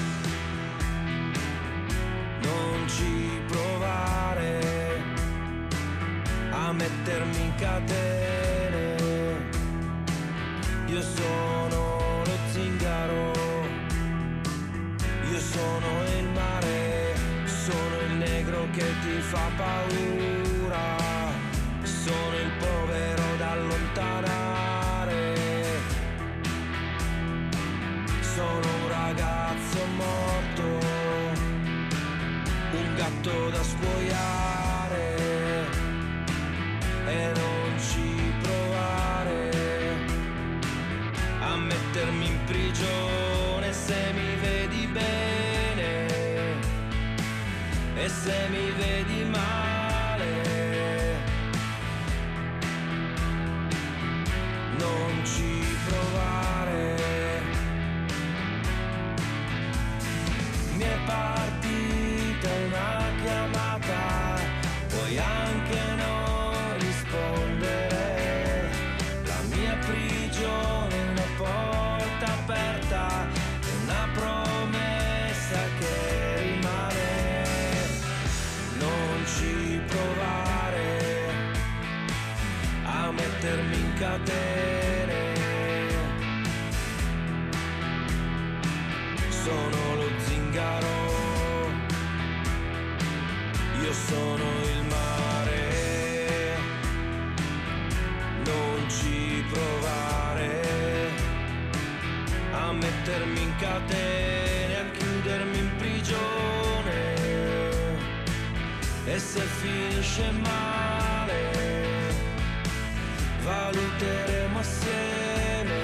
Non ci provare a mettermi in catene, io sono lo zingaro, io sono il mare, sono il negro che ti fa paura, sono il povero da allontanare, sono un ragazzo morto, un gatto da scuoiare, e non ci provare a mettermi in prigione se mi vedi bene e se mi vedi male. Non ci provare. Mi è partita una chiamata, puoi anche non rispondere, la mia prigione è una porta aperta, è una promessa che rimane. Non ci provare a mettermi in catene, sono lo zingaro, io sono il mare. Non ci provare a mettermi in catene, a chiudermi in prigione, e se finisce male valuteremo assieme,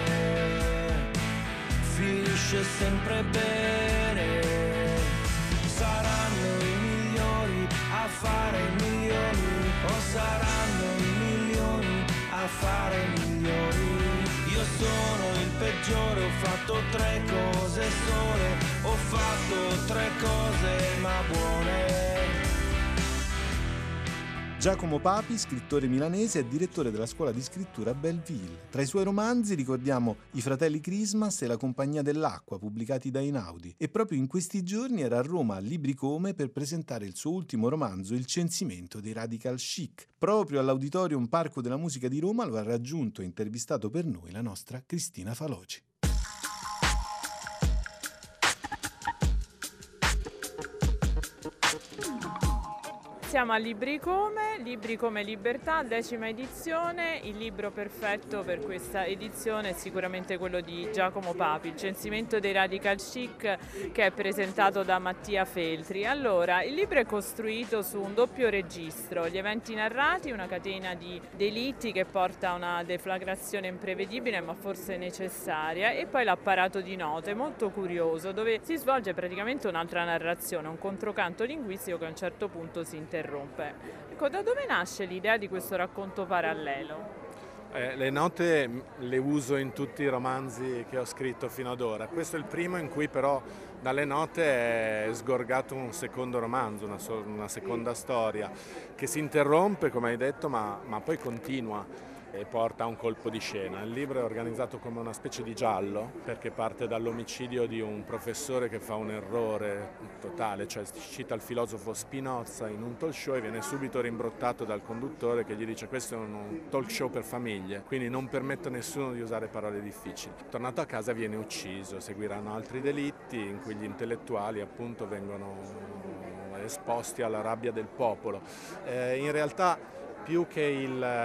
finisce sempre bene. Saranno i migliori a fare i milioni, o saranno i milioni a fare i migliori. Io sono il peggiore, ho fatto 3 cose sole, ho fatto 3 cose ma buone. Giacomo Papi, scrittore milanese, è direttore della scuola di scrittura Belleville. Tra i suoi romanzi ricordiamo I fratelli Christmas e La compagnia dell'acqua, pubblicati da Einaudi. E proprio in questi giorni era a Roma a Libri Come per presentare il suo ultimo romanzo, Il censimento dei Radical Chic. Proprio all'Auditorium Parco della Musica di Roma lo ha raggiunto e intervistato per noi la nostra Cristina Faloci. Siamo a Libri Come Libertà, 10ª edizione. Il libro perfetto per questa edizione è sicuramente quello di Giacomo Papi, Il censimento dei Radical Chic, che è presentato da Mattia Feltri. Allora, il libro è costruito su un doppio registro: gli eventi narrati, una catena di delitti che porta a una deflagrazione imprevedibile ma forse necessaria, e poi l'apparato di note, molto curioso, dove si svolge praticamente un'altra narrazione, un controcanto linguistico che a un certo punto si interrompe. Ecco, da dove nasce l'idea di questo racconto parallelo? Le note le uso in tutti i romanzi che ho scritto fino ad ora. Questo è il primo in cui però dalle note è sgorgato un secondo romanzo, una seconda storia che si interrompe, come hai detto, ma poi continua. e porta a un colpo di scena. Il libro è organizzato come una specie di giallo perché parte dall'omicidio di un professore che fa un errore totale, cioè cita il filosofo Spinoza in un talk show e viene subito rimbrottato dal conduttore che gli dice questo è un talk show per famiglie, quindi non permetto a nessuno di usare parole difficili. Tornato a casa viene ucciso, seguiranno altri delitti in cui gli intellettuali appunto vengono esposti alla rabbia del popolo. In realtà più che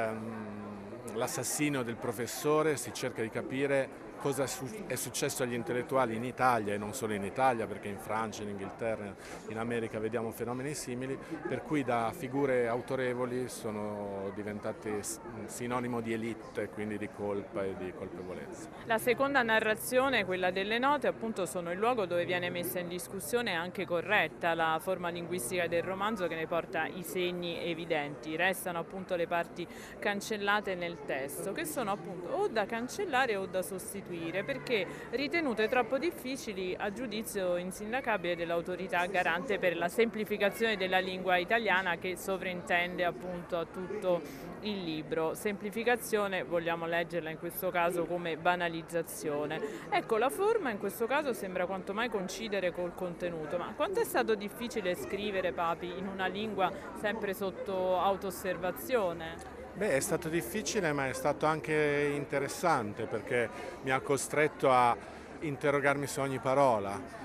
l'assassinio del professore si cerca di capire cosa è successo agli intellettuali in Italia e non solo in Italia, perché in Francia, in Inghilterra, in America vediamo fenomeni simili, per cui da figure autorevoli sono diventate sinonimo di élite, quindi di colpa e di colpevolezza. La seconda narrazione, quella delle note, appunto sono il luogo dove viene messa in discussione e anche corretta la forma linguistica del romanzo che ne porta i segni evidenti. Restano appunto le parti cancellate nel testo, che sono appunto o da cancellare o da sostituire, perché ritenute troppo difficili a giudizio insindacabile dell'autorità garante per la semplificazione della lingua italiana, che sovrintende appunto a tutto il libro. Semplificazione vogliamo leggerla in questo caso come banalizzazione. Ecco, la forma in questo caso sembra quanto mai coincidere col contenuto, ma quanto è stato difficile scrivere, Papi, in una lingua sempre sotto autoosservazione? Beh, è stato difficile, ma è stato anche interessante perché mi ha costretto a interrogarmi su ogni parola,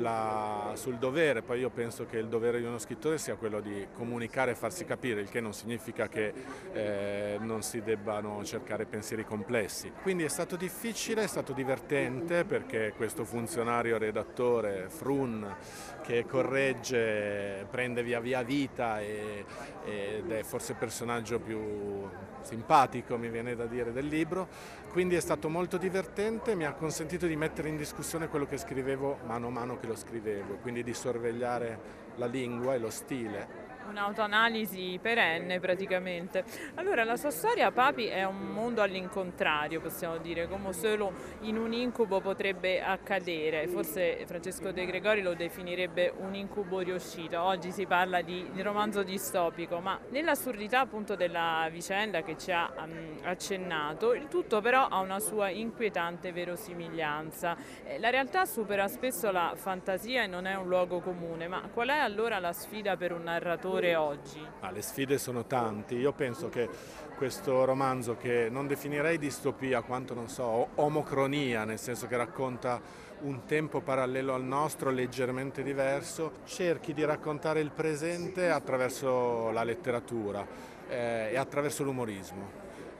sul dovere. Poi io penso che il dovere di uno scrittore sia quello di comunicare e farsi capire, il che non significa che non si debbano cercare pensieri complessi. Quindi è stato difficile, è stato divertente perché questo funzionario redattore, Frun, che corregge, prende via via vita ed è forse il personaggio più simpatico, mi viene da dire, del libro. Quindi è stato molto divertente, mi ha consentito di mettere in discussione quello che scrivevo mano a mano che lo scrivevo, quindi di sorvegliare la lingua e lo stile. Un'autoanalisi perenne praticamente. Allora, la sua storia, Papi, è un mondo all'incontrario, possiamo dire, come solo in un incubo potrebbe accadere. Forse Francesco De Gregori lo definirebbe un incubo riuscito. Oggi si parla di romanzo distopico, ma nell'assurdità appunto della vicenda che ci ha accennato, il tutto però ha una sua inquietante verosimiglianza. La realtà supera spesso la fantasia e non è un luogo comune, ma qual è allora la sfida per un narratore oggi? Le sfide sono tanti. Io penso che questo romanzo, che non definirei distopia quanto, non so, omocronia, nel senso che racconta un tempo parallelo al nostro, leggermente diverso, cerchi di raccontare il presente attraverso la letteratura e attraverso l'umorismo.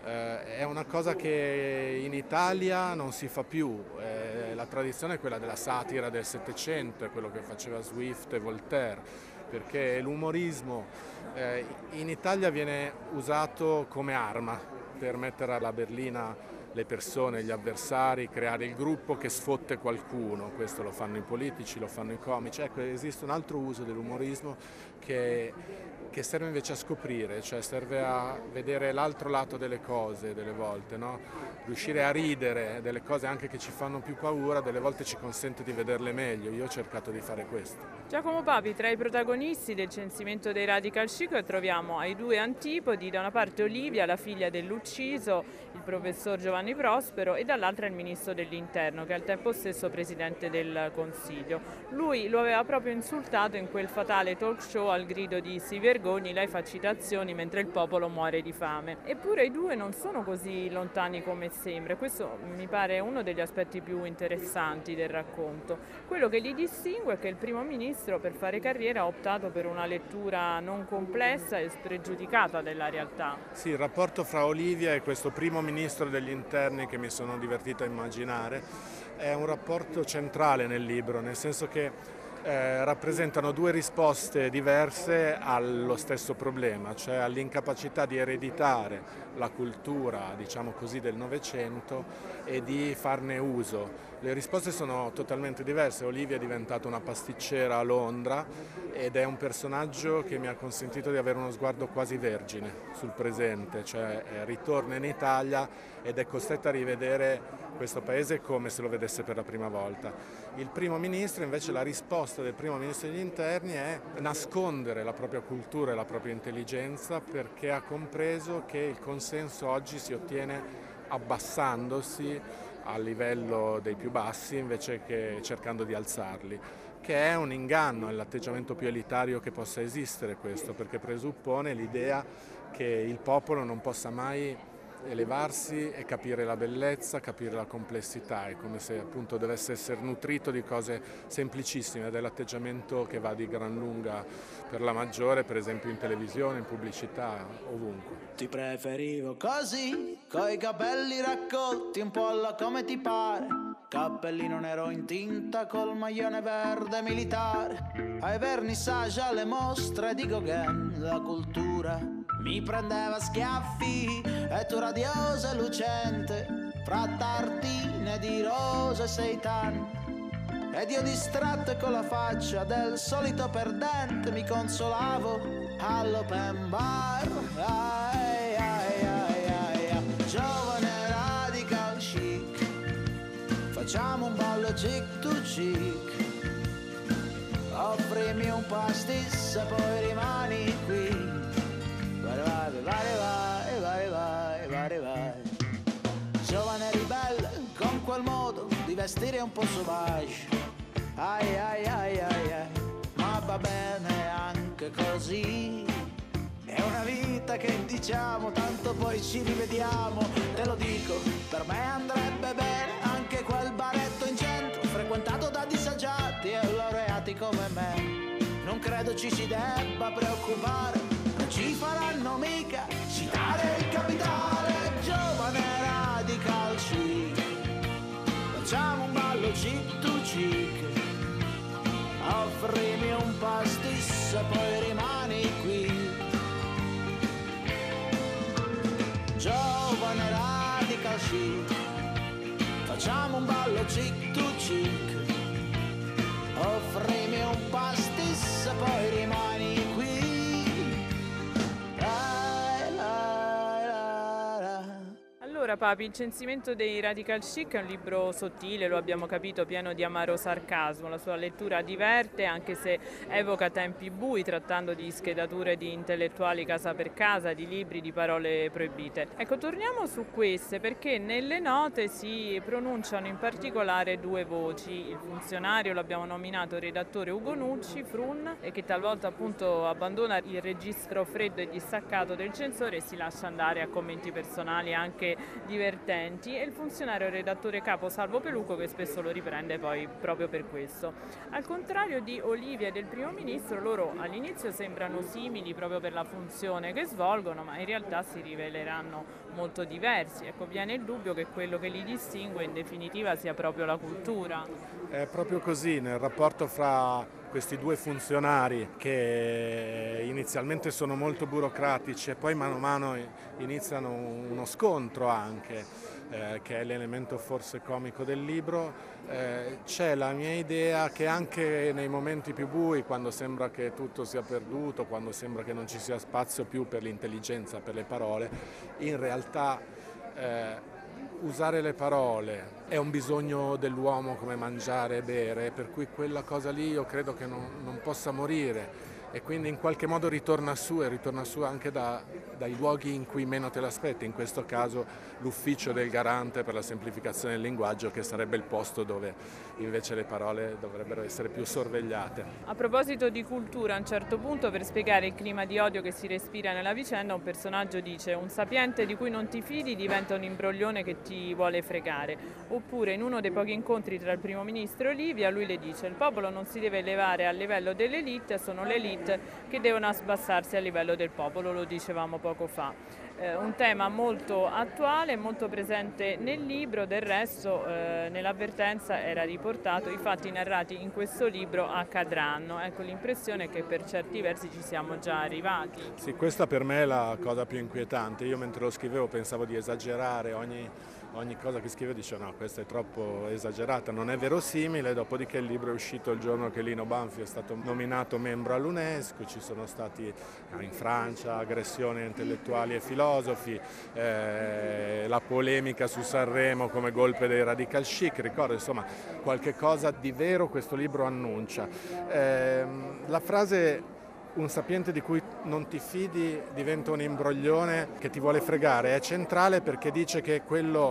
È una cosa che in Italia non si fa più. La tradizione è quella della satira del Settecento, è quello che faceva Swift e Voltaire, perché l'umorismo in Italia viene usato come arma per mettere alla berlina le persone, gli avversari, creare il gruppo che sfotte qualcuno. Questo lo fanno i politici, lo fanno i comici. Ecco, esiste un altro uso dell'umorismo che serve invece a scoprire, cioè serve a vedere l'altro lato delle cose delle volte, no? Riuscire a ridere delle cose anche che ci fanno più paura, delle volte ci consente di vederle meglio. Io ho cercato di fare questo. Giacomo Papi, tra i protagonisti del censimento dei Radical Chic troviamo ai due antipodi, da una parte Olivia, la figlia dell'ucciso, il professor Giovanni Prospero, e dall'altra il ministro dell'Interno, che è al tempo stesso presidente del Consiglio. Lui lo aveva proprio insultato in quel fatale talk show al grido di "si vergogni, lei fa citazioni mentre il popolo muore di fame". Eppure i due non sono così lontani come sembra. Questo mi pare uno degli aspetti più interessanti del racconto. Quello che li distingue è che il primo ministro, per fare carriera, ha optato per una lettura non complessa e spregiudicata della realtà. Sì, il rapporto fra Olivia e questo primo ministro degli interni, che mi sono divertito a immaginare, è un rapporto centrale nel libro, nel senso che rappresentano due risposte diverse allo stesso problema, cioè all'incapacità di ereditare la cultura, diciamo così, del Novecento e di farne uso. Le risposte sono totalmente diverse. Olivia è diventata una pasticcera a Londra ed è un personaggio che mi ha consentito di avere uno sguardo quasi vergine sul presente, cioè ritorna in Italia ed è costretta a rivedere questo paese come se lo vedesse per la prima volta. Il primo ministro invece, la risposta proposta del primo ministro degli interni è nascondere la propria cultura e la propria intelligenza, perché ha compreso che il consenso oggi si ottiene abbassandosi a livello dei più bassi invece che cercando di alzarli, che è un inganno, è l'atteggiamento più elitario che possa esistere questo, perché presuppone l'idea che il popolo non possa mai elevarsi e capire la bellezza, capire la complessità, è come se appunto dovesse essere nutrito di cose semplicissime, ed è l'atteggiamento che va di gran lunga per la maggiore, per esempio in televisione, in pubblicità, ovunque. Ti preferivo così, coi capelli raccolti un po' alla come ti pare, cappellino nero in tinta col maglione verde militare, ai vernissage alle mostre di Gauguin, la cultura mi prendeva a schiaffi e tu radiosa e lucente fra tartine di rose e seitan, ed io distratto e con la faccia del solito perdente mi consolavo all'open bar. Ai, ai, ai, ai, ai. Giovane radical chic, facciamo un ballo chic to chic, offrimi un pastis e poi rimani qui. Vai. Giovane ribelle con quel modo di vestire un po' sauvage. Ai ai ai ai ai, ma va bene anche così. È una vita che diciamo, tanto poi ci rivediamo. Te lo dico, per me andrebbe bene anche quel baretto in centro, frequentato da disagiati e laureati come me. Non credo ci si debba preoccupare, non ci faranno mica citare il capitale. Giovane radical chic, facciamo un ballo chic to chic, offrimi un pastis e poi rimani qui. Giovane radical chic, facciamo un ballo chic to chic, offrimi un pastis e poi rimani qui. Allora Papi, il censimento dei radical chic è un libro sottile, lo abbiamo capito, pieno di amaro sarcasmo. La sua lettura diverte anche se evoca tempi bui, trattando di schedature di intellettuali casa per casa, di libri, di parole proibite. Ecco, torniamo su queste perché nelle note si pronunciano in particolare due voci. Il funzionario, l'abbiamo nominato redattore Ugo Nucci, Frun, e che talvolta appunto abbandona il registro freddo e distaccato del censore e si lascia andare a commenti personali anche divertenti, e il funzionario redattore capo Salvo Peluco, che spesso lo riprende poi proprio per questo. Al contrario di Olivia e del primo ministro, loro all'inizio sembrano simili proprio per la funzione che svolgono, ma in realtà si riveleranno molto diversi. Ecco, viene il dubbio che quello che li distingue in definitiva sia proprio la cultura. È proprio così, nel rapporto fra questi due funzionari che inizialmente sono molto burocratici e poi mano a mano iniziano uno scontro anche, che è l'elemento forse comico del libro. C'è la mia idea che anche nei momenti più bui, quando sembra che tutto sia perduto, quando sembra che non ci sia spazio più per l'intelligenza, per le parole, in realtà usare le parole è un bisogno dell'uomo come mangiare e bere, per cui quella cosa lì io credo che non possa morire, e quindi in qualche modo ritorna su, e ritorna su anche dai luoghi in cui meno te l'aspetti, in questo caso l'ufficio del garante per la semplificazione del linguaggio, che sarebbe il posto dove invece le parole dovrebbero essere più sorvegliate. A proposito di cultura, a un certo punto, per spiegare il clima di odio che si respira nella vicenda, un personaggio dice: un sapiente di cui non ti fidi diventa un imbroglione che ti vuole fregare. Oppure in uno dei pochi incontri tra il primo ministro e Olivia, lui le dice: il popolo non si deve elevare al livello dell'elite, sono le elite che devono abbassarsi a livello del popolo, lo dicevamo poco fa. Un tema molto attuale, molto presente nel libro. Del resto nell'avvertenza era riportato: i fatti narrati in questo libro accadranno. Ecco, l'impressione è che per certi versi ci siamo già arrivati. Sì, questa per me è la cosa più inquietante. Io mentre lo scrivevo pensavo di esagerare ogni cosa che scrive dice no, questa è troppo esagerata, non è verosimile, dopodiché il libro è uscito il giorno che Lino Banfi è stato nominato membro all'UNESCO, ci sono stati in Francia aggressioni a intellettuali e filosofi, la polemica su Sanremo come golpe dei radical chic, ricordo insomma qualche cosa di vero questo libro annuncia. La frase "un sapiente di cui non ti fidi" diventa un imbroglione che ti vuole fregare, è centrale perché dice che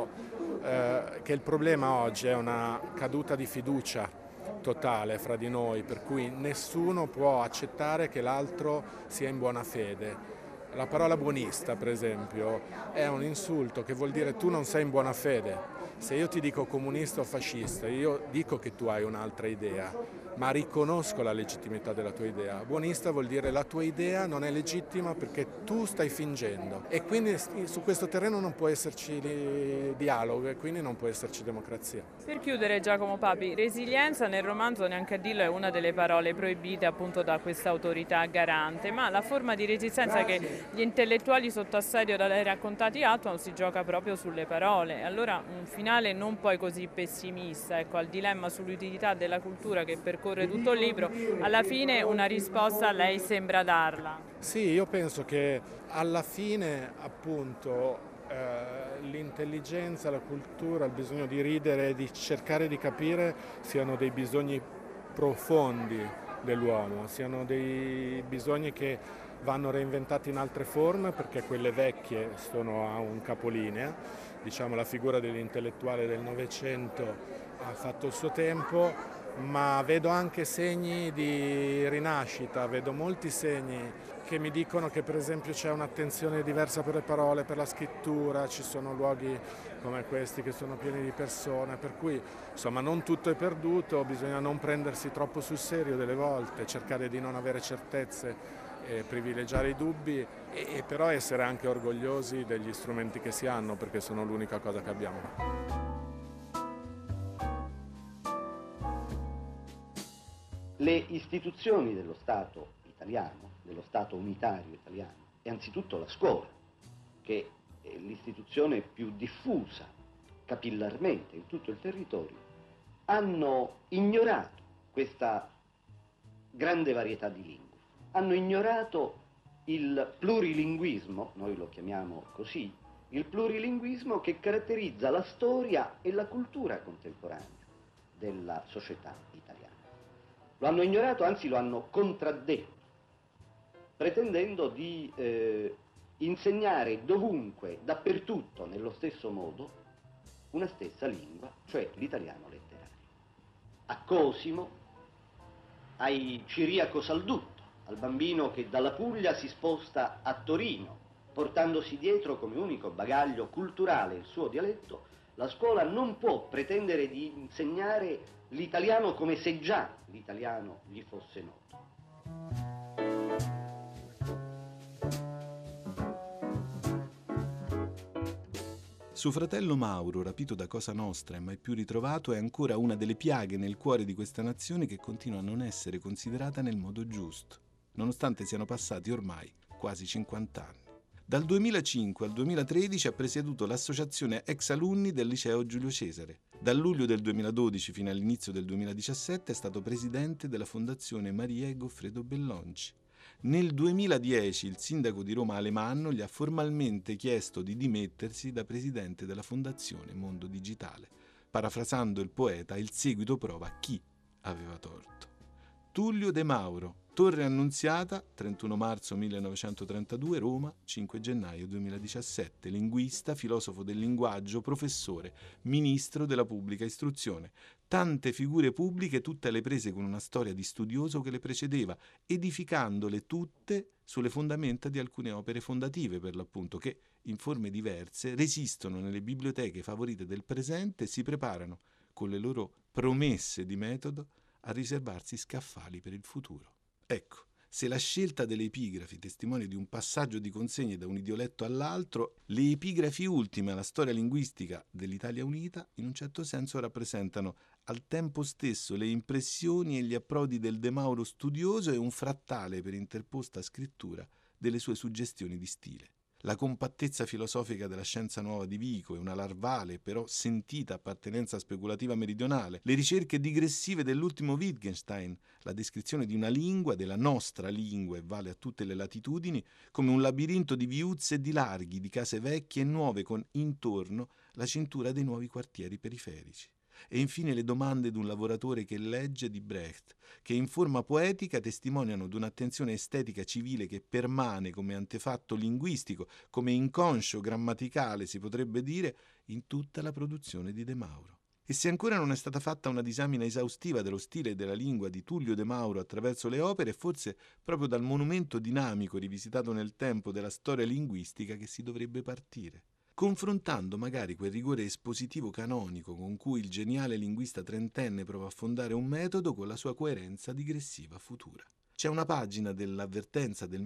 che il problema oggi è una caduta di fiducia totale fra di noi, per cui nessuno può accettare che l'altro sia in buona fede. La parola buonista, per esempio, è un insulto che vuol dire tu non sei in buona fede. Se io ti dico comunista o fascista, io dico che tu hai un'altra idea, ma riconosco la legittimità della tua idea. Buonista vuol dire la tua idea non è legittima perché tu stai fingendo e quindi su questo terreno non può esserci dialogo e quindi non può esserci democrazia. Per chiudere, Giacomo Papi, resilienza nel romanzo, neanche a dirlo, è una delle parole proibite appunto da questa autorità garante, ma la forma di resistenza che gli intellettuali sotto assedio da lei raccontati attuano si gioca proprio sulle parole. Allora un finale non poi così pessimista, ecco, al dilemma sull'utilità della cultura che percorre tutto il libro, alla fine una risposta lei sembra darla. Sì, io penso che alla fine appunto l'intelligenza, la cultura, il bisogno di ridere, di cercare di capire siano dei bisogni profondi dell'uomo, siano dei bisogni che vanno reinventati in altre forme perché quelle vecchie sono a un capolinea, diciamo la figura dell'intellettuale del Novecento ha fatto il suo tempo, ma vedo anche segni di rinascita, vedo molti segni che mi dicono che per esempio c'è un'attenzione diversa per le parole, per la scrittura, ci sono luoghi come questi che sono pieni di persone, per cui insomma non tutto è perduto, bisogna non prendersi troppo sul serio delle volte, cercare di non avere certezze, privilegiare i dubbi e però essere anche orgogliosi degli strumenti che si hanno perché sono l'unica cosa che abbiamo. Le istituzioni dello Stato italiano, dello Stato unitario italiano, e anzitutto la scuola, che è l'istituzione più diffusa capillarmente in tutto il territorio, hanno ignorato questa grande varietà di lingue, hanno ignorato il plurilinguismo, noi lo chiamiamo così, il plurilinguismo che caratterizza la storia e la cultura contemporanea della società italiana. Lo hanno ignorato, anzi lo hanno contraddetto, pretendendo di insegnare dovunque, dappertutto, nello stesso modo, una stessa lingua, cioè l'italiano letterario. A Cosimo, ai Ciriaco Saldutto, al bambino che dalla Puglia si sposta a Torino, portandosi dietro come unico bagaglio culturale il suo dialetto, la scuola non può pretendere di insegnare l'italiano come se già l'italiano gli fosse noto. Suo fratello Mauro, rapito da Cosa Nostra e mai più ritrovato, è ancora una delle piaghe nel cuore di questa nazione che continua a non essere considerata nel modo giusto, nonostante siano passati ormai quasi 50 anni. Dal 2005 al 2013 ha presieduto l'associazione ex alunni del liceo Giulio Cesare. Dal luglio del 2012 fino all'inizio del 2017 è stato presidente della Fondazione Maria e Goffredo Bellonci. Nel 2010 il sindaco di Roma Alemanno gli ha formalmente chiesto di dimettersi da presidente della Fondazione Mondo Digitale. Parafrasando il poeta, il seguito prova chi aveva torto. Tullio De Mauro, Torre Annunziata, 31 marzo 1932, Roma, 5 gennaio 2017, linguista, filosofo del linguaggio, professore, ministro della pubblica istruzione. Tante figure pubbliche, tutte alle prese con una storia di studioso che le precedeva, edificandole tutte sulle fondamenta di alcune opere fondative, per l'appunto, che, in forme diverse, resistono nelle biblioteche favorite del presente e si preparano, con le loro promesse di metodo, a riservarsi scaffali per il futuro. Ecco, se la scelta delle epigrafi testimonia di un passaggio di consegne da un idioletto all'altro, le epigrafi ultime alla storia linguistica dell'Italia unita in un certo senso rappresentano al tempo stesso le impressioni e gli approdi del De Mauro studioso e un frattale per interposta scrittura delle sue suggestioni di stile. la compattezza filosofica della scienza nuova di Vico e una larvale però sentita appartenenza speculativa meridionale, le ricerche digressive dell'ultimo Wittgenstein, la descrizione di una lingua, della nostra lingua e vale a tutte le latitudini, come un labirinto di viuzze e di larghi, di case vecchie e nuove con intorno la cintura dei nuovi quartieri periferici. E infine le domande di un lavoratore che legge di Brecht, che in forma poetica testimoniano di un'attenzione estetica civile che permane come antefatto linguistico, come inconscio grammaticale, si potrebbe dire, in tutta la produzione di De Mauro. E se ancora non è stata fatta una disamina esaustiva dello stile e della lingua di Tullio De Mauro attraverso le opere, forse proprio dal monumento dinamico rivisitato nel tempo della storia linguistica che si dovrebbe partire, confrontando magari quel rigore espositivo canonico con cui il geniale linguista trentenne prova a fondare un metodo con la sua coerenza digressiva futura. C'è una pagina dell'avvertenza del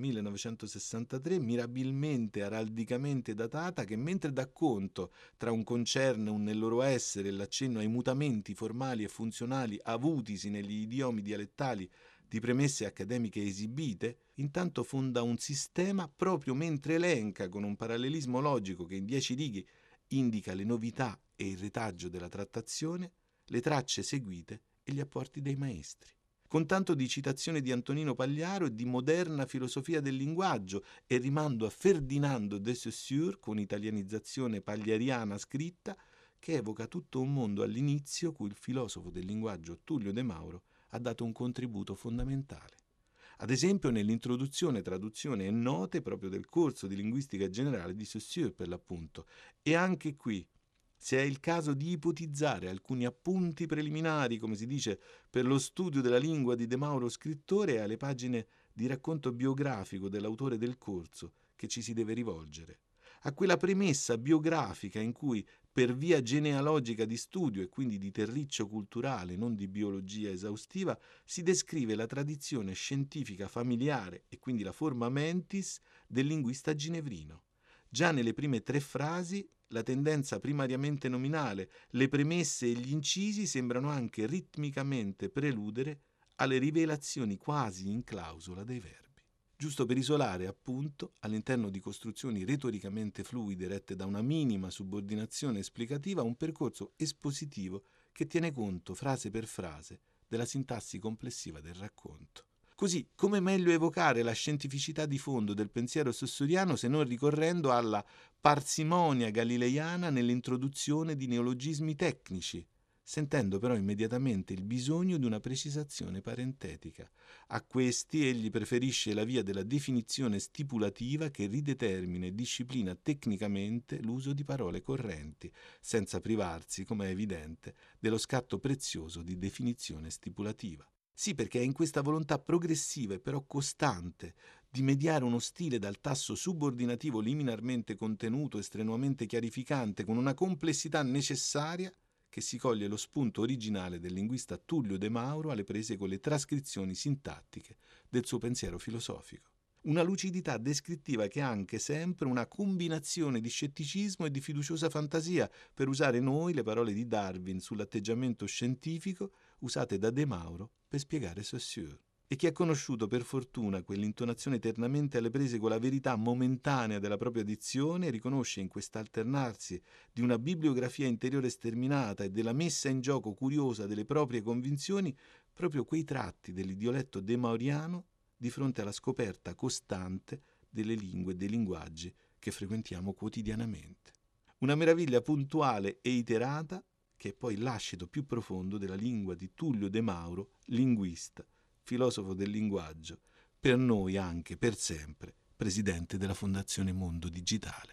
1963 mirabilmente araldicamente datata che, mentre dà conto tra un concerne, un nel loro essere e l'accenno ai mutamenti formali e funzionali avutisi negli idiomi dialettali di premesse accademiche esibite, intanto fonda un sistema proprio mentre elenca con un parallelismo logico che in 10 righe indica le novità e il retaggio della trattazione, le tracce seguite e gli apporti dei maestri. Con tanto di citazione di Antonino Pagliaro e di moderna filosofia del linguaggio e rimando a Ferdinando de Saussure con italianizzazione pagliariana scritta che evoca tutto un mondo all'inizio cui il filosofo del linguaggio Tullio De Mauro ha dato un contributo fondamentale. Ad esempio nell'introduzione, traduzione e note proprio del corso di linguistica generale di Saussure per l'appunto. E anche qui, se è il caso di ipotizzare alcuni appunti preliminari, come si dice, per lo studio della lingua di De Mauro scrittore, è alle pagine di racconto biografico dell'autore del corso che ci si deve rivolgere. A quella premessa biografica in cui, per via genealogica di studio e quindi di terriccio culturale, non di biologia esaustiva, si descrive la tradizione scientifica familiare e quindi la forma mentis del linguista ginevrino. Già nelle prime 3 frasi la tendenza primariamente nominale, le premesse e gli incisi sembrano anche ritmicamente preludere alle rivelazioni quasi in clausola dei verbi. Giusto per isolare, appunto, all'interno di costruzioni retoricamente fluide rette da una minima subordinazione esplicativa, un percorso espositivo che tiene conto, frase per frase, della sintassi complessiva del racconto. Così, come meglio evocare la scientificità di fondo del pensiero saussuriano se non ricorrendo alla parsimonia galileiana nell'introduzione di neologismi tecnici, sentendo però immediatamente il bisogno di una precisazione parentetica. A questi egli preferisce la via della definizione stipulativa che ridetermina e disciplina tecnicamente l'uso di parole correnti, senza privarsi, come è evidente, dello scatto prezioso di definizione stipulativa. Sì, perché è in questa volontà progressiva e però costante di mediare uno stile dal tasso subordinativo liminarmente contenuto e strenuamente chiarificante con una complessità necessaria che si coglie lo spunto originale del linguista Tullio De Mauro alle prese con le trascrizioni sintattiche del suo pensiero filosofico. Una lucidità descrittiva che è anche sempre una combinazione di scetticismo e di fiduciosa fantasia, per usare noi le parole di Darwin sull'atteggiamento scientifico usate da De Mauro per spiegare Saussure. E chi ha conosciuto per fortuna quell'intonazione eternamente alle prese con la verità momentanea della propria dizione riconosce in quest'alternarsi di una bibliografia interiore sterminata e della messa in gioco curiosa delle proprie convinzioni proprio quei tratti dell'idioletto demauriano di fronte alla scoperta costante delle lingue e dei linguaggi che frequentiamo quotidianamente. Una meraviglia puntuale e iterata che è poi l'ascito più profondo della lingua di Tullio De Mauro, linguista, filosofo del linguaggio, per noi anche per sempre presidente della Fondazione Mondo Digitale.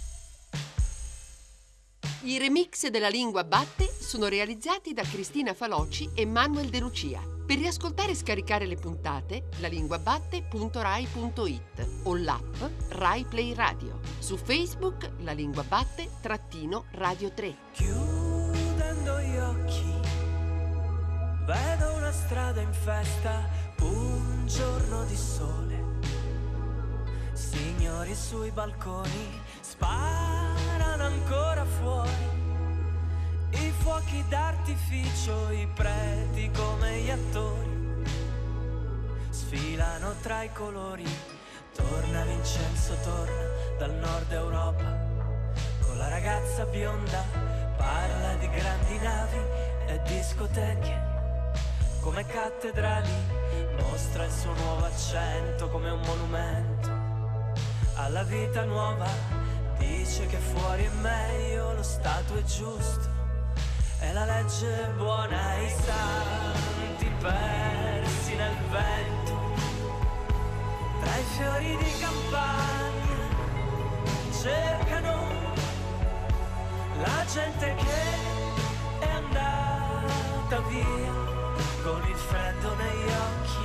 I remix della Lingua Batte sono realizzati da Cristina Faloci e Manuel De Lucia. Per riascoltare e scaricare le puntate, lalinguabatte.rai.it o l'app Rai Play Radio. Su Facebook La Lingua Batte _Radio 3. Chiudendo gli occhi vedo una strada in festa, un giorno di sole. Signori sui balconi sparano ancora fuori. I fuochi d'artificio, i preti come gli attori sfilano tra i colori. Torna Vincenzo, torna dal nord Europa, con la ragazza bionda, parla di grandi navi e discoteche, come cattedrali, mostra il suo nuovo accento come un monumento alla vita nuova, dice che fuori è meglio, lo stato è giusto, è la legge buona, i santi persi nel vento, tra i fiori di campagna cercano la gente che è andata via con il freddo negli occhi.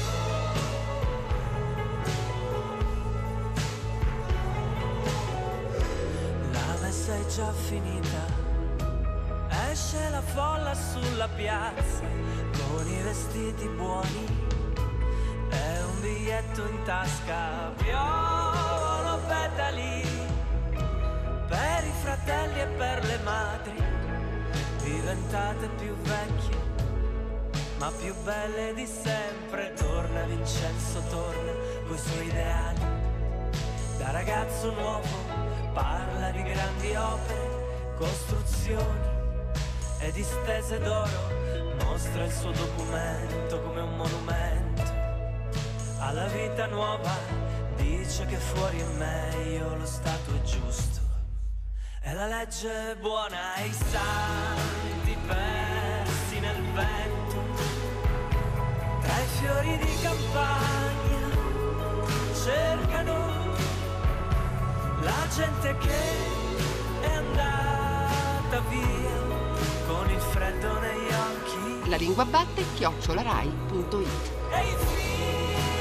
La messa è già finita, esce la folla sulla piazza con i vestiti buoni e un biglietto in tasca, piovono petali per i fratelli e per le madri, diventate più vecchie ma più belle di sempre. Torna Vincenzo, torna coi suoi ideali, da ragazzo nuovo parla di grandi opere, costruzioni e distese d'oro, mostra il suo documento come un monumento alla vita nuova, dice che fuori è meglio, lo stato è giusto, è la legge buona e i santi persi nel vento, tra i fiori di campagna cercano la gente che è andata via con il freddo negli occhi. La lingua batte @rai.it. E i figli